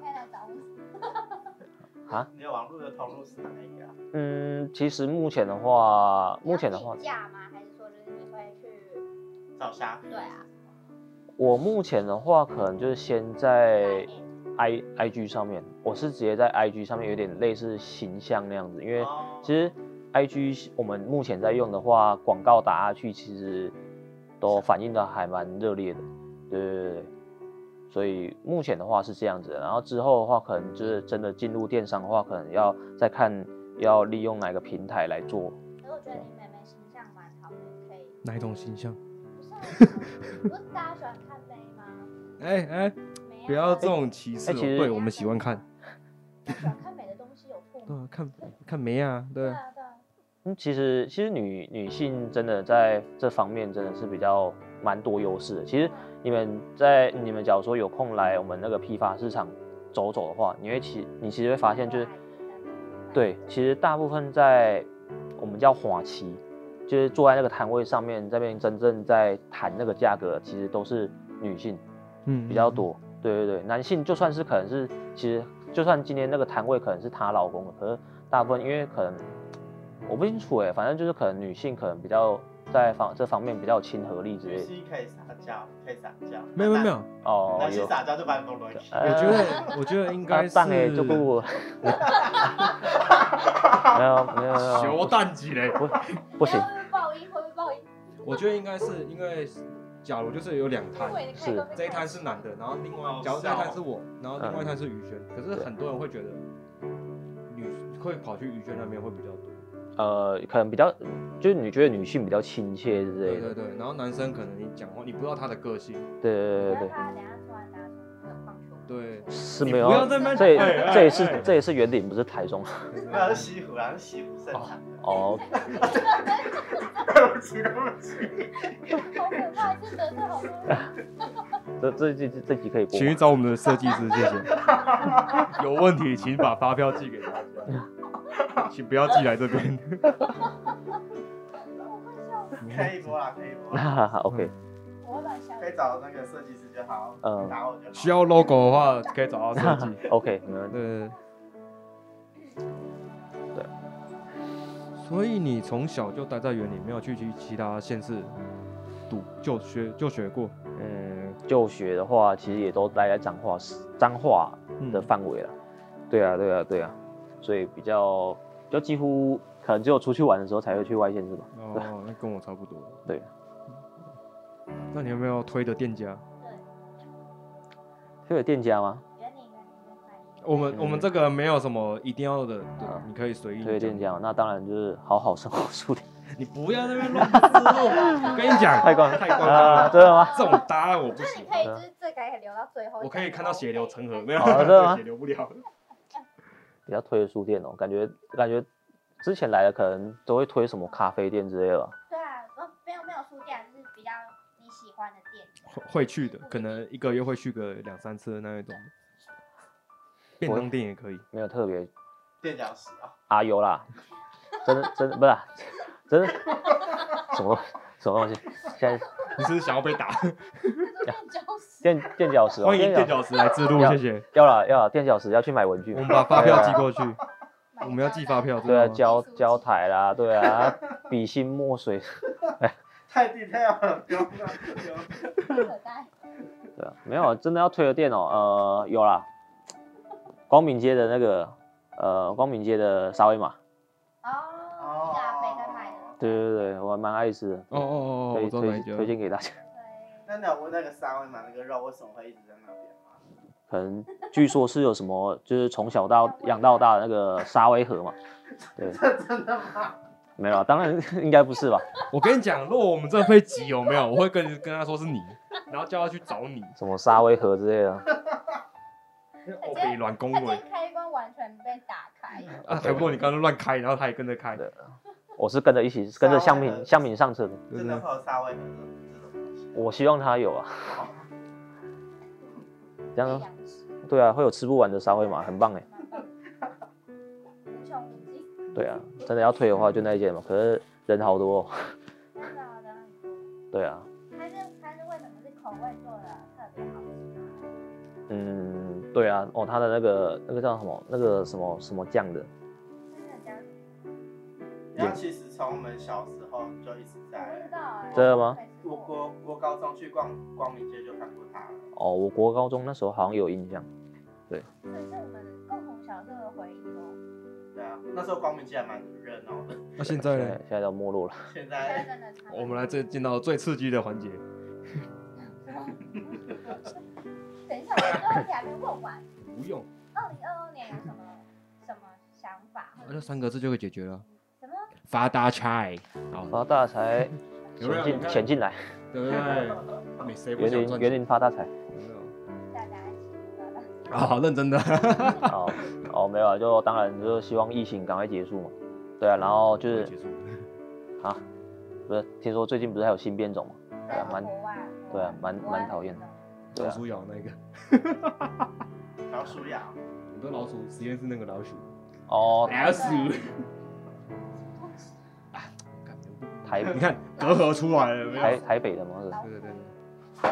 S3: 你有网络的通路是哪一个啊？
S4: 其实目前的话，
S2: 价吗？还是说就是你会去
S3: 找虾？
S2: 对啊。
S4: 我目前的话，可能就是先在IG 上面，我是直接在 IG 上面有点类似形象那样子，因为其实 IG 我们目前在用的话，广告打下去其实都反应的还蛮热烈的，对。所以目前的话是这样子的，然后之后的话，可能就是真的进入电商的话，可能要再看要利用哪个平台来做。
S2: 可是我觉得你妹妹形象蛮好的，可以。
S1: 哪一种形象？
S2: 不是大家喜欢看妹吗？
S1: 不要这种歧视。对，我们喜欢看。
S2: 喜欢看美的东西有错吗？
S1: 对，看妹啊，对。
S4: 其实女性真的在这方面真的是比较蛮多优势的。其实你们假如说有空来我们那个批发市场走走的话，你其实会发现就是，对，其实大部分在我们叫花旗，就是坐在那个摊位上面，这边真正在谈那个价格，其实都是女性，比较多。对，男性就算是可能是，其实就算今天那个摊位可能是她老公的，可是大部分因为可能我不清楚反正就是可能女性可能比较在这方面比较有亲和力之类的。
S3: 女性可以撒娇，可以撒娇。
S1: 没有
S3: 哦，男性撒娇就把你弄乱。
S1: 我觉得应该是。
S4: 就不。没有。
S1: 修蛋鸡嘞，
S4: 不行。
S2: 会不会爆音？
S1: 我觉得应该是因为，假如就是有2摊，
S4: 是
S1: 这一摊是男的，然后另外假如这一摊是我，然后另外一摊是宇轩，可是很多人会觉得会跑去宇轩那边会比较多。
S4: 可能比较就是你觉得女性比较亲切之类的。
S1: 对，然后男生可能你讲话你不知道他的个性。
S4: 对。
S1: 对，
S4: 是没有。
S1: 不要在那
S4: 这也是园林，不是台中。
S3: 没有是西湖啊，是西湖盛产的。
S4: 哦。
S3: 对不起。
S2: 好可怕，这得罪好多人。
S4: 这集可以播。
S1: 请去找我们的设计师，谢谢。有问题请把发票寄给大家，请不要寄来这边。
S3: 可以播啦。
S4: OK。
S3: 可以找那个设计师就好，打我就好。
S1: 需要 logo 的话，可以找到设计。
S4: OK，
S1: 对。所以你从小就待在园林，没有去其他县市就学过？
S4: 就学的话，其实也都待在彰化的范围了。对啊，所以比较几乎可能只有出去玩的时候才会去外县市吧。
S1: 哦，那跟我差不多。
S4: 对。
S1: 那你有没有推的店家？
S4: 推的店家吗？
S1: 我们这个没有什么一定要的，你可以随意。
S4: 推的店家，那当然就是好好生活书店。
S1: 你不要在那边乱自录，我跟你讲，太官方了，
S4: 真的吗？
S1: 这种答案我不行。
S2: 那你可以就是这可以留到最后。
S1: 我可以看到血流成河，没有，血流不了。
S4: 比较推的书店感觉之前来的可能都会推什么咖啡店之类的。
S2: 对啊，没有书店，就是比较你喜欢的店。
S1: 会去的，可能1个月会去个2-3次的那一种。便当店也可以，
S4: 没有特别。
S3: 垫脚石啊？
S4: 有啦，真的不是，真的什么东西？现在
S1: 你是想要被打？
S4: 垫脚石，
S1: 欢迎垫脚石来自录，谢谢。
S4: 要了，垫脚石要去买文具。
S1: 我们把发票寄过去，我们要寄发票。
S4: 对啊，胶台啦，对啊，笔芯墨水。
S3: 太 detail 了，不用。
S4: 对啊，没有真的要推的店有啦。光明街的那个光明街的沙威玛。
S2: 哦，北在卖的。
S4: 对，我还蛮爱吃的。
S1: 哦，我
S4: 推荐给大家。
S3: 那你有问那个沙威玛那个肉为什么会一直在那边吗？
S4: 可能据说是有什么，就是从小养到大的那个沙威河嘛。对。
S3: 这真的吗？
S4: 没有，当然应该不是吧。
S1: 我跟你讲，如果我们这飞机有没有，我会跟他说是你，然后叫他去找你。
S4: 什么沙威河之类的。
S1: 我被乱恭维。
S2: 他今天开关完全被打开。
S1: 还不过你刚刚乱开，然后他也跟着开。
S4: 我是跟着香品上车的。
S3: 真的会有沙威河这种东西？
S4: 我希望他有啊。这样。对啊，会有吃不完的沙威玛，很棒哎。
S2: 无穷无尽。
S4: 对啊，真的要推的话就那一间嘛，可是人好多哦。
S2: 真的人很多。
S4: 对啊。
S2: 它是为什么是口味做的特别好吃？
S4: 对啊，它的那个叫什么？那个什么酱的？
S3: 那其实从我们小时候就一直在。
S4: 真的吗？
S3: 我国高中去光明街就看过它了。
S4: 我国高中那时候好像有印象。对。
S2: 这是我们共同小时候的回忆哦。
S3: 对啊，那时候光明街还蛮热闹的。
S1: 那现在呢？
S4: 现在都没落了。
S3: 现在
S1: 我们来进到最刺激的环节。
S2: 等一下，我最后一题还没问完。
S1: 不用。
S2: 2022年有什么想法？
S1: 这3个字就可以解决了。
S2: 什么？
S1: 发大财。好，
S4: 发大财，钱进来。
S1: 对不对？谁不想赚钱？
S4: 园林发大财。
S2: 大家一起发大财。
S1: 好认真的。
S4: 没有啊，就当然就希望疫情赶快结束嘛。对啊，然后就是不是听说最近不是还有新变种吗？ 对啊，蛮讨厌的。
S1: 老鼠咬那个。
S3: 老鼠咬。
S1: 很多老鼠实验室那个老鼠。
S4: 哦。
S1: 老鼠。你看隔阂出来了没有？
S4: 台北的吗？
S1: 对。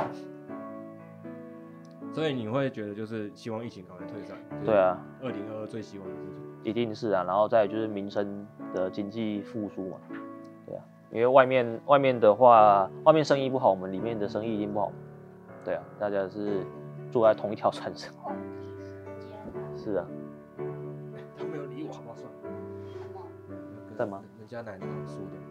S1: 所以你会觉得就是希望疫情赶快退散？
S4: 对啊。
S1: 2022最希望的事情。
S4: 一定是啊，然后再就是民生的经济复苏嘛。对啊，因为外面的话，外面生意不好，我们里面的生意一定不好。对啊，大家是坐在同一条船上。是啊。
S1: 他没有理我，好不好？算了。
S4: 干嘛？
S1: 人家奶奶说的。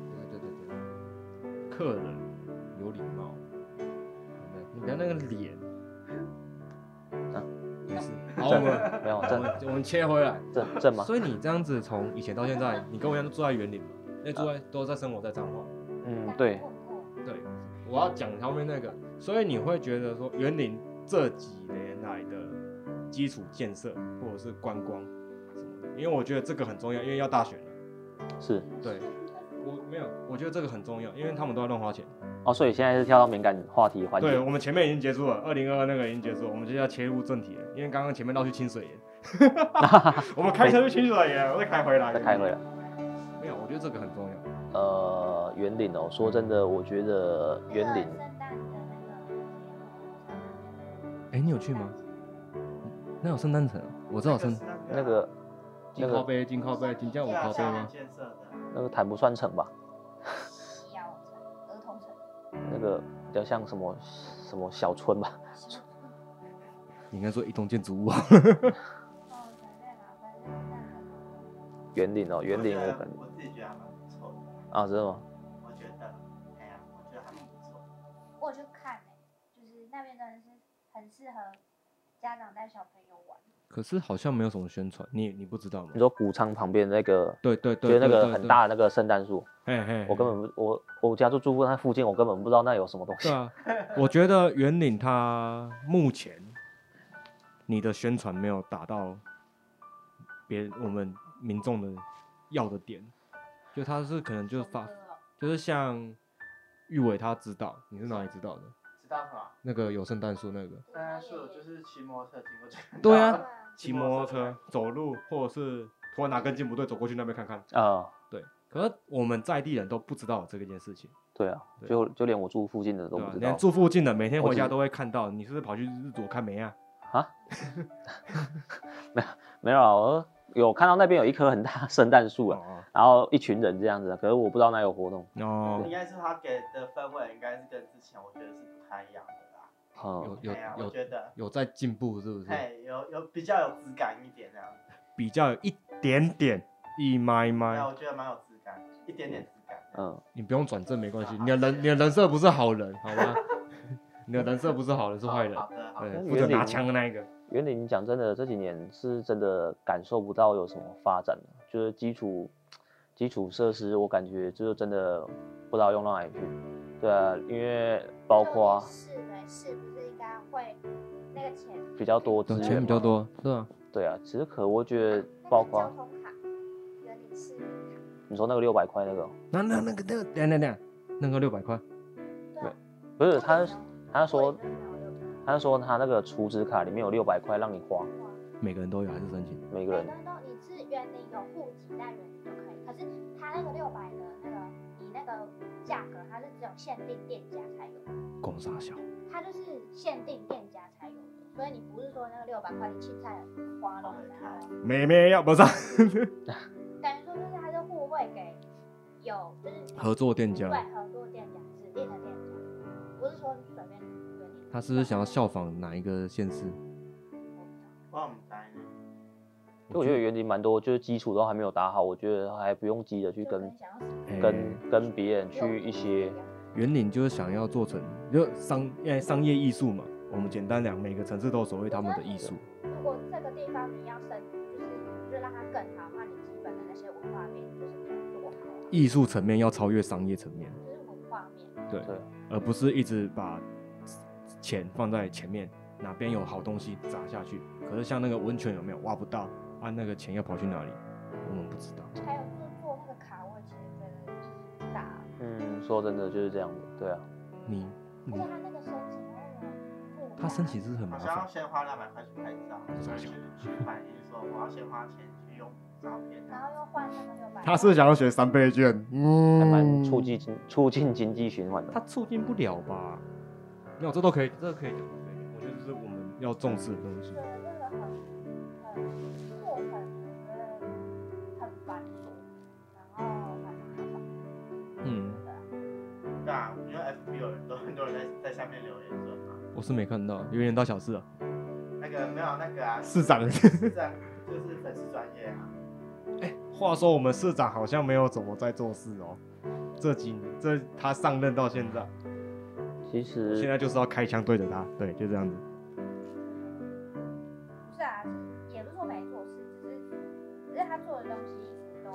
S1: 对。客人有礼貌。你不要那个脸。
S4: 啊。
S1: 没事。好，我们切回来。
S4: 正吗？
S1: 所以你这样子从以前到现在，你跟我一样都住在园林嘛？因为都在生活在彰化。
S4: 对。
S1: 对，我要讲后面那个，所以你会觉得说园林这几年来的基础建设或者是观光什么的，因为我觉得这个很重要，因为要大选了。
S4: 是。
S1: 对。我觉得这个很重要，因为他们都在乱花钱。
S4: 哦，所以现在是跳到敏感话题环节。
S1: 对，我们前面已经结束了，2022那个已经结束了，我们就要切入正题了，因为刚刚前面绕去清水岩，我们开车去清水岩，我再开回来。没有，我觉得这个很重要。
S4: 园林哦，说真的，我觉得园林。
S1: 你有去吗？那有圣诞城？我知道
S4: 那个
S1: 金靠背，金叫我靠背吗？
S4: 那个谈不算城吧？
S2: 儿童城。
S4: 那个比较像什么小村吧？
S1: 你应该说一栋建筑物。
S4: 园林哦，园林
S3: 我自己觉得还蛮不错的。
S4: 啊，真的吗？
S3: 我觉得还蛮不错。
S2: 我去看就是那边真的是很适合家长带小朋友玩。
S1: 可是好像没有什么宣传，你不知道吗？
S4: 你说谷仓旁边那个，
S1: 对，
S4: 就是那个很大的那个圣诞树，
S1: 我
S4: 根本我家就住那附近，我根本不知道那有什么东西。
S1: 对啊，我觉得园林它目前你的宣传没有达到我们民众的要的点，就他是可能就是像玉伟他知道，你是哪里知道的？
S3: 知道什么？
S1: 那个有圣诞树那个。
S3: 圣诞树就是骑摩托车经过去。
S1: 对啊，骑摩托车、走路，或者是突然哪根筋不对，走过去那边看看。对。可是我们在地人都不知道这件事情。
S4: 对啊，就连我住附近的都不知道。
S1: 连住附近的每天回家都会看到，你是不是跑去日左看梅啊？
S4: 啊？没有啊，我有看到那边有一棵很大的圣诞树啊，然后一群人这样子，可是我不知道那有活动。
S3: 应该是他给的氛围应该是跟之前我觉得是不太一样的啦。我觉得
S1: 有在进步是不是？
S3: 有比较有质感一点这样子。
S1: 比较有一点点一麦。
S3: 我觉得蛮有质感，一点点质感。
S1: 你不用转正没关系，你的人设不是好人，好吗？你的人设不是好人，是坏人。对，负责拿枪的那一个。
S4: 园林讲真的，这几年是真的感受不到有什么发展了，就是基础设施，我感觉就是真的不知道用到哪里去。对啊，因为包括
S2: 是不是应该会那个钱
S4: 比较多，
S1: 钱比较多，对啊。
S4: 对啊，其实我觉得包括
S2: 交通卡，园林是。
S4: 你说那个600块那个？
S1: 那个600块？
S2: 对，
S4: 不是他说他那个储值卡里面有600块让你花，
S1: 每个人都有还是申请？
S4: 每个人
S2: 都，你是园林有户籍在园林就可以，可是他那个600的那个你那个价格，它是只有限定店家才有的。
S1: 公傻小。
S2: 它就是限定店家才有的，所以你不是说那个600块你青菜花了
S1: 妹妹要不上。
S2: 等于说就是它是互惠给有就是
S1: 合作店家，
S2: 对，合作店家指定的店家，不是说随便。
S1: 他是不是想要效仿哪一个县市？
S3: 我唔知呢。
S4: 我觉得园林蛮多，就是基础都还没有打好，我觉得还不用急着去跟别人去一些。
S1: 园林就是想要做成就商业艺术嘛，我们简单讲，每个城市都有所谓他们的艺术。
S2: 如果这个地方你要就是让它更好的话，你基本的那些文化面就是你要做好。
S1: 艺术层面要超越商业层面。
S2: 就是文化面。
S1: 对，而不是一直把钱放在前面，哪边有好东西砸下去。可是像那个温泉有没有挖不到啊？那个钱要跑去哪里？我们不知道。
S2: 还有就是做那个卡位，其实真的大。
S4: 说真的就是这样子，对啊。
S2: 而且他那个申请
S1: 他申请是很麻
S3: 好像要
S1: 烦，
S3: 先花200块去拍照，所以去反映说我要先花钱去用照片，
S2: 然后又换那个600。
S1: 他是想要学3倍券，
S4: 还蛮促进经济循环的。
S1: 他促进不了吧？没有，这都可以，这个可以讲。我觉得这是我们要重视的东西。
S2: 对，这个很过程，我觉得很繁琐，然后很麻烦。
S1: 嗯，
S3: 对啊，因为 FB 有很多人在下面留言说嘛，
S1: 我是没看到，有点到小事了。
S3: 那个没有那个啊，
S1: 市长，
S3: 市长就是粉丝专业啊。
S1: 话说我们市长好像没有怎么在做事哦。他上任到现在，
S4: 其实
S1: 现在就是要开枪对着他，对，就这样子。
S2: 不是啊，也不是说没做事，只是他做的东西一直都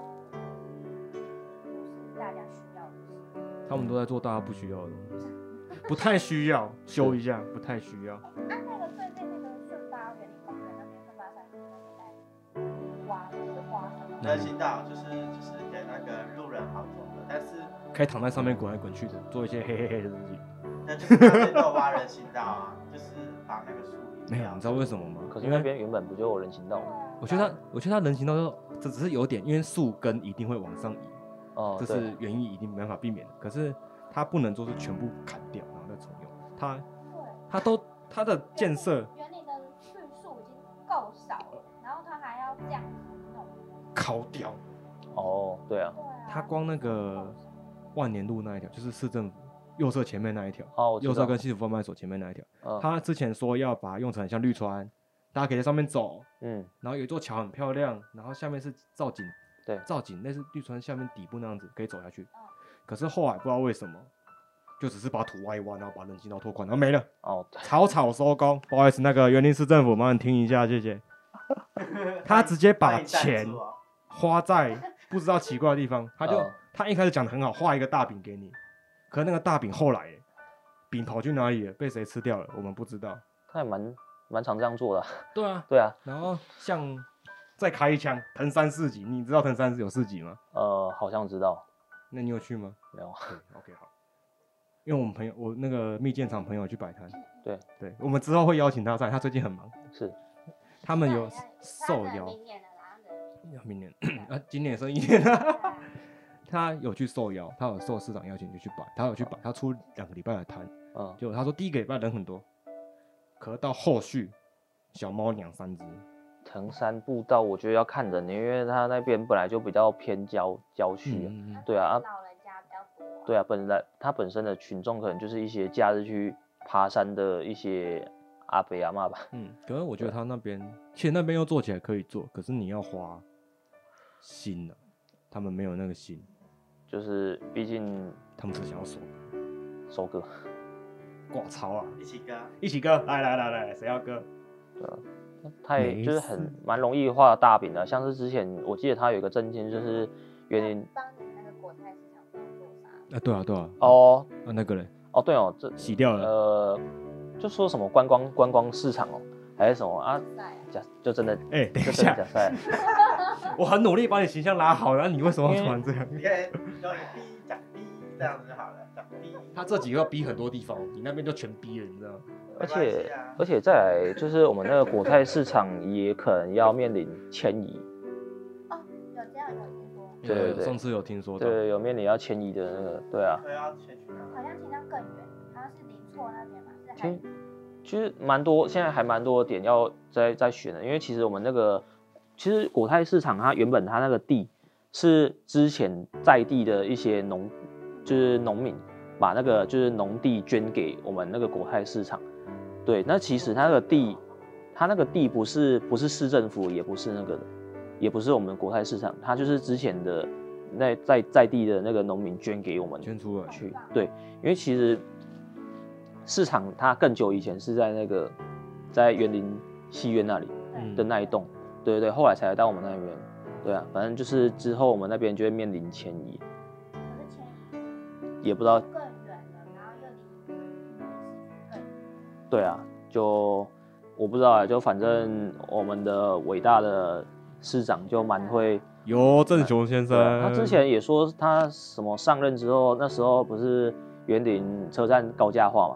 S2: 不是大家需要的事。
S1: 他们都在做大家不需要的东西，不太需要修一下，不太需要。
S2: 那个最近那个顺发园林公园那边，顺发山区那边在挖的是花什么？
S3: 人行道就是给那个路人好走的，但是
S1: 可以躺在上面滚来滚去的，做一些黑黑黑的东西。
S3: 那就是那边都有挖人行道啊，就是把那个树林
S1: 没有，你知道为什么吗？
S4: 可是那边原本不就有人行道吗？
S1: 我觉得他人行道这只是有点，因为树根一定会往上移，
S4: 哦，
S1: 这是园艺一定没办法避免的。可是他不能说是全部砍掉然后再重用，他的建设
S2: 园林的绿树已经够少了，然后他还要这样子弄，
S1: 烤掉。
S4: 哦，对啊，
S2: 对啊，
S1: 他光那个万年路那一条，就是市政府右侧前面那一条，
S4: 哦，我知道
S1: 右侧跟西府贩卖所前面那一条，他之前说要把它用成很像绿川，大家可以在上面走，然后有一座桥很漂亮，然后下面是造景，
S4: 对，
S1: 造景类似绿川下面底部那样子可以走下去，可是后来不知道为什么，就只是把土挖一挖，然后把人行道拓宽，然后没了，
S4: 哦，
S1: 草草收工。不好意思，那个园林市政府麻烦听一下，谢谢。他直接把钱花在不知道奇怪的地方，他一开始讲的很好，画一个大饼给你，可是那个大饼后来饼跑去哪里了？被谁吃掉了？我们不知道。
S4: 他也蛮常这样做的。
S1: 对啊，
S4: 对啊。
S1: 然后像再开一枪，藤山市集，你知道藤山有市集吗？
S4: 好像知道。
S1: 那你有去吗？
S4: 没有。
S1: 对 ，OK 好。因为我们朋友，我那个蜜饯厂朋友去摆摊。
S4: 对，
S1: 我们之后会邀请他上来，他最近很忙。
S4: 是。
S1: 他们有受邀。明年啊，今年也剩1年了。他有去受邀，他有受市长邀请就去摆，他有去摆，他出2个礼拜的摊，就他说第1个礼拜人很多，可是到后续小猫2、3只。
S4: 藤山步道我觉得要看人，因为他那边本来就比较偏郊区，对啊，
S2: 老人家比较多。
S4: 对啊，他本身的群众可能就是一些假日去爬山的一些阿伯阿嬷吧。
S1: 可是我觉得他那边，其实那边又做起来可以做，可是你要花心啊，他们没有那个心。
S4: 就是毕竟
S1: 他们是想要
S4: 收割，
S1: 挂槽啊，
S3: 一起
S1: 割，来，谁要割？
S4: 对啊，他也就是蛮容易画大饼的，像是之前我记得他有一个证件，就是园林
S2: 帮你那个国泰市场做
S1: 啥？对啊。
S4: 哦，
S1: 那个嘞？
S4: 哦，对哦，这
S1: 洗掉了。
S4: 就说什么观光市场哦，还是什么啊？就真的
S1: 等一下，我很努力把你形象拉好，然后你为什么要突然这样？
S3: 你可以用逼讲逼这样子就好了，讲逼。
S1: 他这几个要逼很多地方，你那边就全逼了，你知道吗？
S4: 而且再来就是我们那个国泰市场也可能要面临迁移。
S2: 哦，有这样有听说。
S1: 对，上次有听说到。
S4: 对，有面临要迁移的那个，对啊。
S3: 对，要迁去哪？
S2: 好像迁到更远，好像是林厝那边嘛，
S4: 其实蛮多，现在还蛮多的点要在选的，因为其实我们那个，其实国泰市场它原本它那个地是之前在地的一些就是农民把那个就是农地捐给我们那个国泰市场，对，那其实它那个地不是市政府，也不是那个的，也不是我们国泰市场，它就是之前的那在地的那个农民捐给我们
S1: 捐出来
S4: 去，对，因为其实。市场它更久以前是在那个在园林戏院那里的那一栋，对，后来才到我们那边，对啊，反正就是之后我们那边就会面临迁移，
S2: 可是迁移
S4: 也不知道
S2: 更远了，然后又离更远，
S4: 对啊，就我不知道啊，就反正我们的伟大的市长就蛮会。
S1: 有郑雄先生，
S4: 他之前也说他什么上任之后，那时候不是园林车站高架化嘛，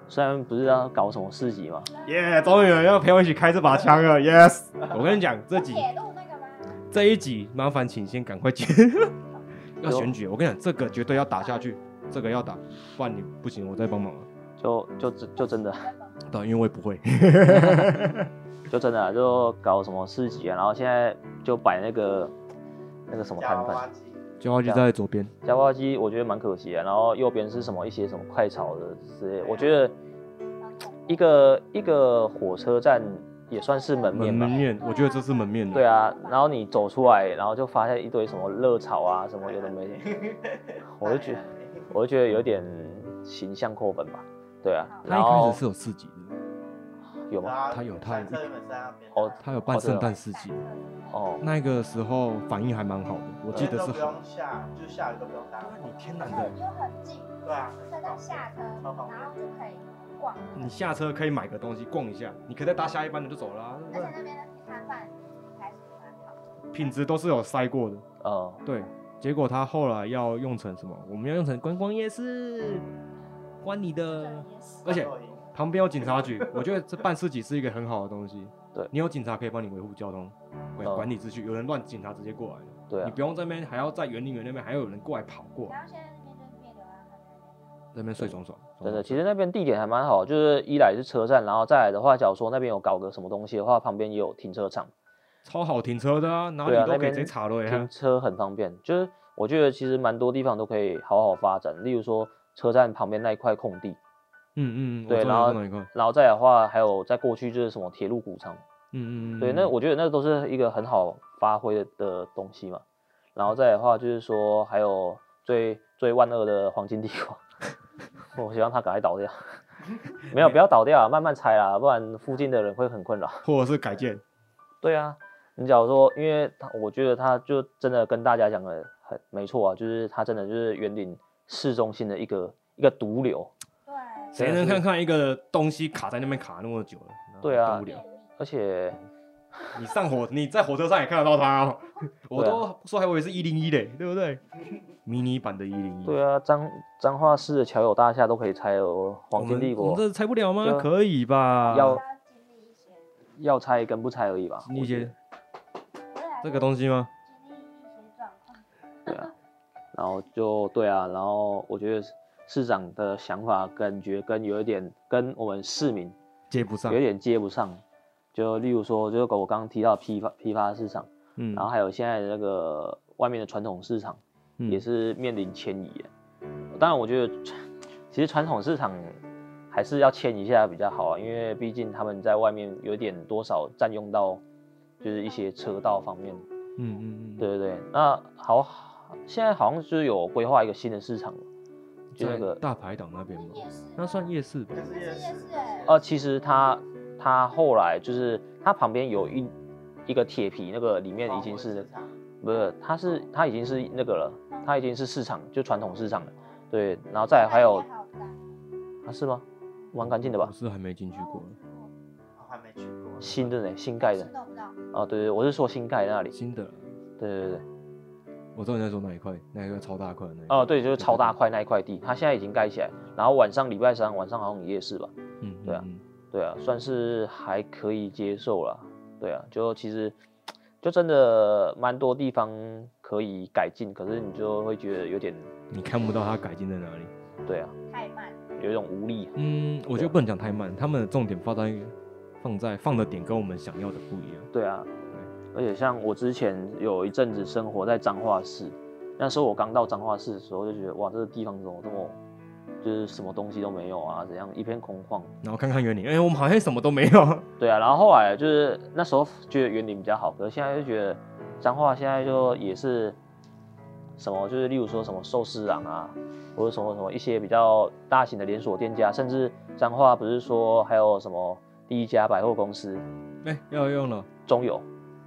S4: 虽然不是要搞什么市集嘛，
S1: 耶，终于有人要陪我一起开这把枪了，yes！ 我跟你讲，
S2: 铁路那个吗？
S1: 这一集麻烦请先赶快接，要选举，我跟你讲，这个绝对要打下去，这个要打，不然你不行，我再帮忙了。
S4: 就真的，
S1: 对，因为我也不会，
S4: 就真的就搞什么市集啊，然后现在就摆那个什么摊贩。
S1: 浇花机在左边，
S4: 浇花机我觉得蛮可惜的，然后右边是一些什么快炒的之类，我觉得一个火车站也算是门面吧。
S1: 门面，我觉得这是门面的。
S4: 对啊，然后你走出来，然后就发现一堆什么热炒啊，什么有的没的，我就觉得有点形象扣分吧。对啊，
S1: 他一开始是有市集的，
S4: 有吗？
S1: 他有
S4: 哦，
S1: 他有办圣诞市集。哦，那个时候反应还蛮好的，我记得是好。
S3: 不用下，就下雨都不用打。
S1: 你天然的
S2: 就很近。
S3: 对啊，
S2: 再到下车，然后就可以逛。
S1: 你下车可以买个东西逛一下，你可以再搭下一班的就走了。
S2: 而且那边的摊贩一开始蛮好，
S1: 品质都是有筛过的。对。结果他后来要用成什么？我们要用成观光夜市，关你的。而且旁边有警察局，我觉得这办市集是一个很好的东西。
S4: 对，
S1: 你有警察可以帮你维护交通，管理秩序。有人乱，警察直接过来了。
S4: 对、啊，
S1: 你不用这边还要在园林园那边还有人过来跑过来。
S2: 然后现在那边就是变流浪汉
S1: 那边睡爽爽。
S4: 真的，其实那边地点还蛮好，就是一来是车站，然后再来的话，假如说那边有搞个什么东西的话，旁边也有停车场，
S1: 超好停车的啊，哪里都可以直接插了。
S4: 停车很方便，就是我觉得其实蛮多地方都可以好好发展，例如说车站旁边那一块空地。对，然后再来的话，还有再过去就是什么铁路谷仓。对，那我觉得那都是一个很好发挥的东西嘛。然后再来的话，就是说还有最万恶的黄金帝国，我希望它赶快倒掉。没有，不要倒掉，慢慢拆啦，不然附近的人会很困扰。
S1: 或者是改建。对
S4: 啊，你假如说，因为我觉得它就真的跟大家讲的很没错啊，就是它真的就是园林市中心的一个毒瘤。
S2: 对。
S1: 谁能看一个东西卡在那边卡那么久了？
S4: 对啊。而且
S1: 你在火车上也看得到它哦，我都说还以为是101嘞，对不对？迷你版的101。
S4: 对啊，彰化市的侨友大厦都可以拆哦，黄金帝国。
S1: 我们这拆不了吗？可以吧？
S4: 要拆跟不拆而已吧。
S1: 经历一些这个东西吗？
S4: 对啊，然后就对啊，然后我觉得市长的想法感觉有一点跟我们市民
S1: 接不上，
S4: 有点接不上。就例如说，就是我刚刚提到批发市场，然后还有现在的那个外面的传统市场，也是面临迁移。当然，我觉得其实传统市场还是要迁一下比较好啊，因为毕竟他们在外面有点多少占用到就是一些车道方面。对。那好，现在好像就是有规划一个新的市场，就那个
S1: 大排档那边吗？那算夜市吧？
S2: 是夜市
S4: 其实它后来就是它旁边有一个铁皮，那个里面已经是不是？它已经是那个了，它已经是市场，就传统市场了。对，然后再来还有是吗？蛮干净的吧？
S1: 我是还没进去过，
S3: 还没去过。
S4: 新的呢，新盖的。对，我是说新盖那里。
S1: 新的。
S4: 对。
S1: 我知道你在说哪一块，那一个超大块的那。
S4: 对，就是超大块那一块地，它现在已经盖起来，然后礼拜3晚上好像有夜市吧？对啊，算是还可以接受啦。对啊，就其实就真的蛮多地方可以改进，可是你就会觉得有点
S1: 你看不到它改进在哪里。
S4: 对啊，
S2: 太慢，
S4: 有一种无力。
S1: 我觉得不能讲太慢，他们的重点放的点跟我们想要的不一样。
S4: 对啊，而且像我之前有一阵子生活在彰化市，那时候我刚到彰化市的时候就觉得哇，这个地方怎么这么就是什么东西都没有啊，怎样一片空旷。
S1: 然后看看园林，我们好像什么都没有。
S4: 对啊，然后后来就是那时候觉得园林比较好，可是现在就觉得彰化现在就也是什么，就是例如说什么寿司郎啊，或者什么一些比较大型的连锁店家，甚至彰化不是说还有什么第一家百货公司，
S1: 要用了
S4: 中友，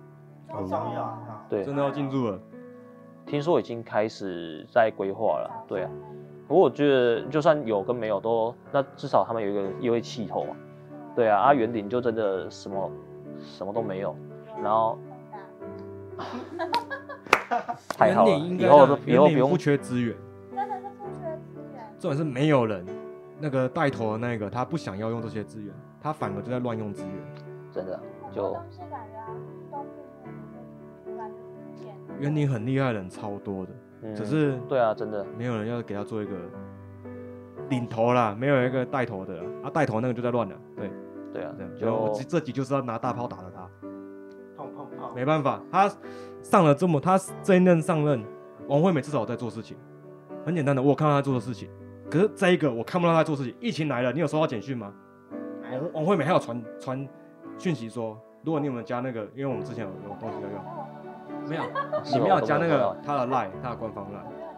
S4: 对，
S1: 真的要进驻了，
S4: 听说已经开始在规划了，对啊。不过我觉得就算有跟没有都，那至少他们有一个气头嘛，对啊。园林就真的什么都没有，然后太好了，以后不用
S1: 不缺资源，
S2: 真的是不缺资源，
S1: 重点是没有人， 那个带头的那个，他不想要用这些资源，他反而就在乱用资源。
S4: 真的
S2: 很
S4: 就
S2: 多东西感觉都突然就不见了。
S1: 园林很厉害的人超多的，只是
S4: 对啊，真的
S1: 没有人要给他做一个领头啦，没有一个带头的啦，带头那个就在乱了。
S4: 对啊，
S1: 对，我这集就是要拿大炮打了他。
S3: 砰砰砰！
S1: 没办法，他这一任上任，王惠美至少有在做事情。很简单的，我有看到他做的事情。可是这一个我看不到他做事情。疫情来了，你有收到简讯吗？王惠美还有传讯息说，如果你有没有加那个，因为我们之前有东西要用，没有，你没有加那个他的 LINE， 他的官方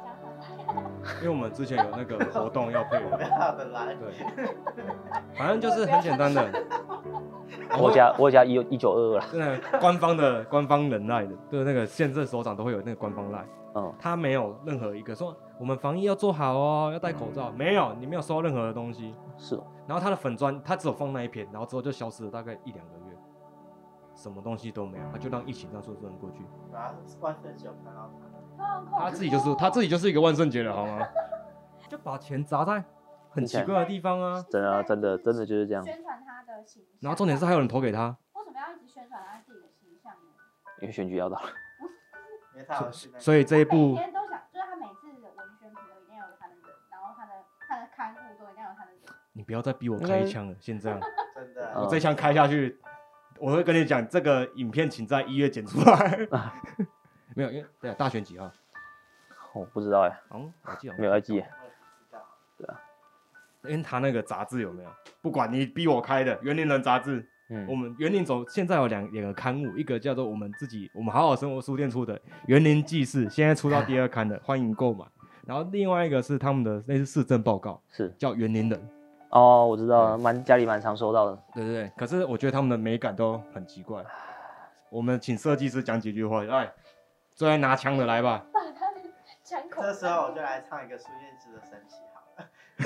S1: LINE， 因为我们之前有那个活动要配合。
S3: 他的 LINE，
S1: 对，反正就是很简单的。
S4: 我加1922了，
S1: 真的官方人 LINE 的，就是那个县政首长都会有那个官方 LINE。他没有任何一个说我们防疫要做好哦，要戴口罩，没有，你没有收到任何的东西。
S4: 是。
S1: 然后他的粉专，他只有放那一篇，然后之后就消失了大概1-2个月，什么东西都没有，他就让疫情这样顺过去。
S3: 万圣节有看到
S2: 他，
S1: 他自己就是一个万圣节了，好吗？就把钱砸在很奇怪的地方啊！
S4: 真的就是这样。
S2: 宣传他的形象。
S1: 然后重点是还有人投给他。
S2: 为什么要一直宣传他自己的形象呢？
S4: 因为选举要到了。
S1: 所以这一部
S2: 每天都想，就是他每次的文宣品都一定要有他的人，然后他的刊物都一定要有他的人。你
S1: 不要再逼我开一枪了，先这样。
S3: 真的，
S1: 我这一枪开下去，我会跟你讲，这个影片请在1月剪出来。没有，因为对大选几号？
S4: 我不知道哎，
S1: 我记得
S4: 没有在记。对啊，
S1: 因为他那个杂志有没有？不管你逼我开的《园林人》杂志。我们园林现在有两个刊物，一个叫做我们好好生活书店出的《园林纪事》，现在出到第2刊了，欢迎购买。然后另外一个是他们的类似市政报告，
S4: 是叫
S1: 《园林人》。
S4: 哦，我知道，家里蛮常收到的。
S1: 对。可是我觉得他们的美感都很奇怪。我们请设计师讲几句话，哎，最爱拿枪的来吧。
S2: 把他的枪口。
S3: 这时候我就来唱一个苏燕姿的《神奇》好了。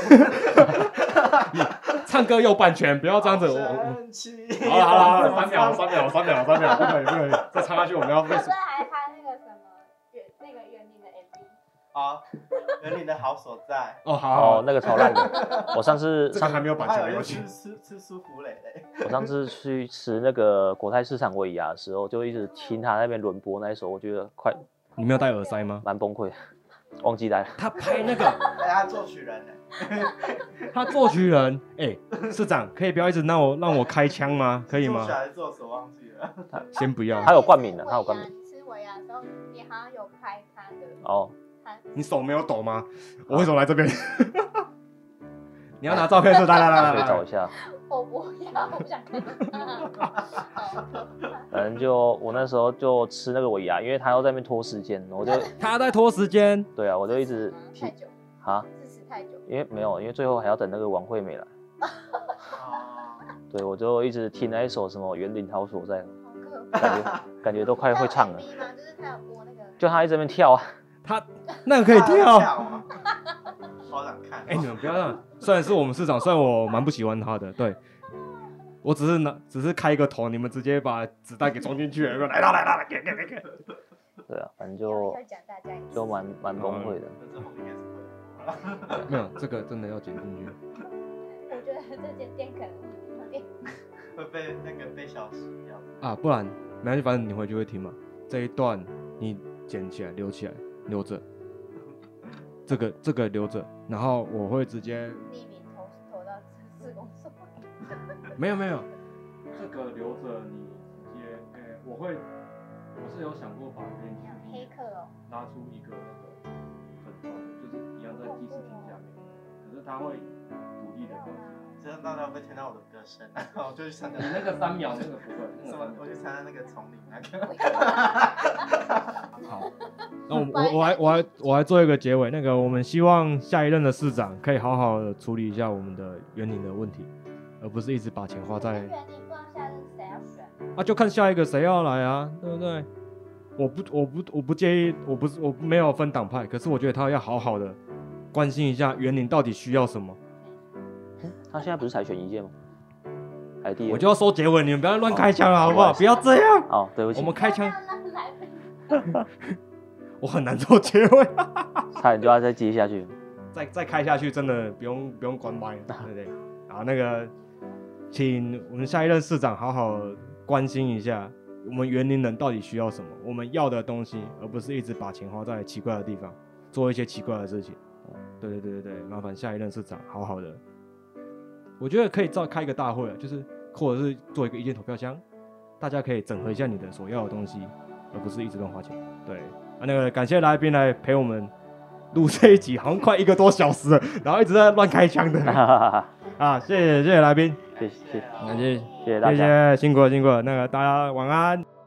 S1: 唱歌有版权，不要这样子。好了，3秒，不可以，再唱下去我们要被。
S2: 他还拍那个什么园林的 MV。
S3: 好，园林的好所在。
S4: 好，那个超烂的。我上次
S1: 这个还没有版权，
S3: 有吃舒芙蕾嘞。
S4: 我上次去吃那个国泰市场尾牙的时候，就一直听他那边轮播那一首，我觉得快。
S1: 你没有戴耳塞吗？
S4: 蛮崩溃的，忘记戴了。
S1: 他拍那个，
S3: 他作曲人呢？
S1: 他作曲人，市长可以不要一直让我开枪吗？可以吗？
S3: 作曲还是作词忘记了。
S1: 先不要。
S4: 他有冠名的，他有冠名。
S2: 吃尾牙的时候，你好像有拍他的。
S4: 哦。
S1: 你手没有抖吗？我为什么来这边？你要拿照片是？来，
S4: 可以找一下。
S2: 我不要，我不想看。
S4: 反正就我那时候就吃那个尾牙，因为他要在那边拖时间，我就
S1: 他在拖时间。
S4: 对啊，我就一直
S2: 太久。支持太久。
S4: 因为最后还要等那个王惠美来。对，我就一直听那一首什么《园林好所在》，感觉都快会唱了。
S2: 就是他有播那个。
S4: 就他一直在那边跳啊。
S1: 他那个可以跳。
S3: 好想看。
S1: 你们不要让。虽然是我们市长，虽然我蛮不喜欢他的，对。我只是开一个头，你们直接把子弹给装进去了，来，给。
S4: 对啊，反正就蛮崩溃的。
S1: 没有，这个真的要剪进去。
S2: 我觉得这间店可能
S3: 会被消失掉。
S1: 不然没关系，反正你回去会听嘛。这一段你剪起来，留起来，留着。这个留着，然后我会直接
S2: 匿名投到市公所。
S1: 没有，这个留着你直接，我是有想过把编辑
S2: 黑客
S1: 拉出一个那个粉砖，就是一样在第4题下面，可是它会独立的东西。
S3: 这样大家会听到我的歌声，然后我就去参加。
S1: 你那个3秒那个不会，
S3: 我去参加那个丛林那个。
S1: 好，那我还做一个结尾，那个我们希望下一任的市长可以好好的处理一下我们的园林的问题，而不是一直把钱花在。
S2: 园林不知道下任谁要选。
S1: 就看下一个谁要来啊，对不对？我不介意，我没有分党派，可是我觉得他要好好的关心一下园林到底需要什么。
S4: 他现在不是才选1届吗？还第2。
S1: 我就要收结尾，你们不要乱开枪了，好不好？不要这样。
S4: 对不起。
S1: 我们开枪。我很难做结尾。
S4: 差点就要再接下去。
S1: 再开下去，真的不用关麦，对不对？好，那个，请我们下一任市长好好关心一下，我们园林人到底需要什么，我们要的东西，而不是一直把钱花在奇怪的地方，做一些奇怪的事情。对，麻烦下一任市长好好的，我觉得可以开一个大会，就是或者是做一个意见投票箱，大家可以整合一下你的所要的东西，而不是一直乱花钱。对，那个感谢来宾来陪我们录这一集，好像快1个多小时了，然后一直在乱开枪的。啊，谢谢来宾，
S4: 谢谢
S1: 感谢
S4: 谢谢大家，
S1: 辛苦了，那个大家晚安。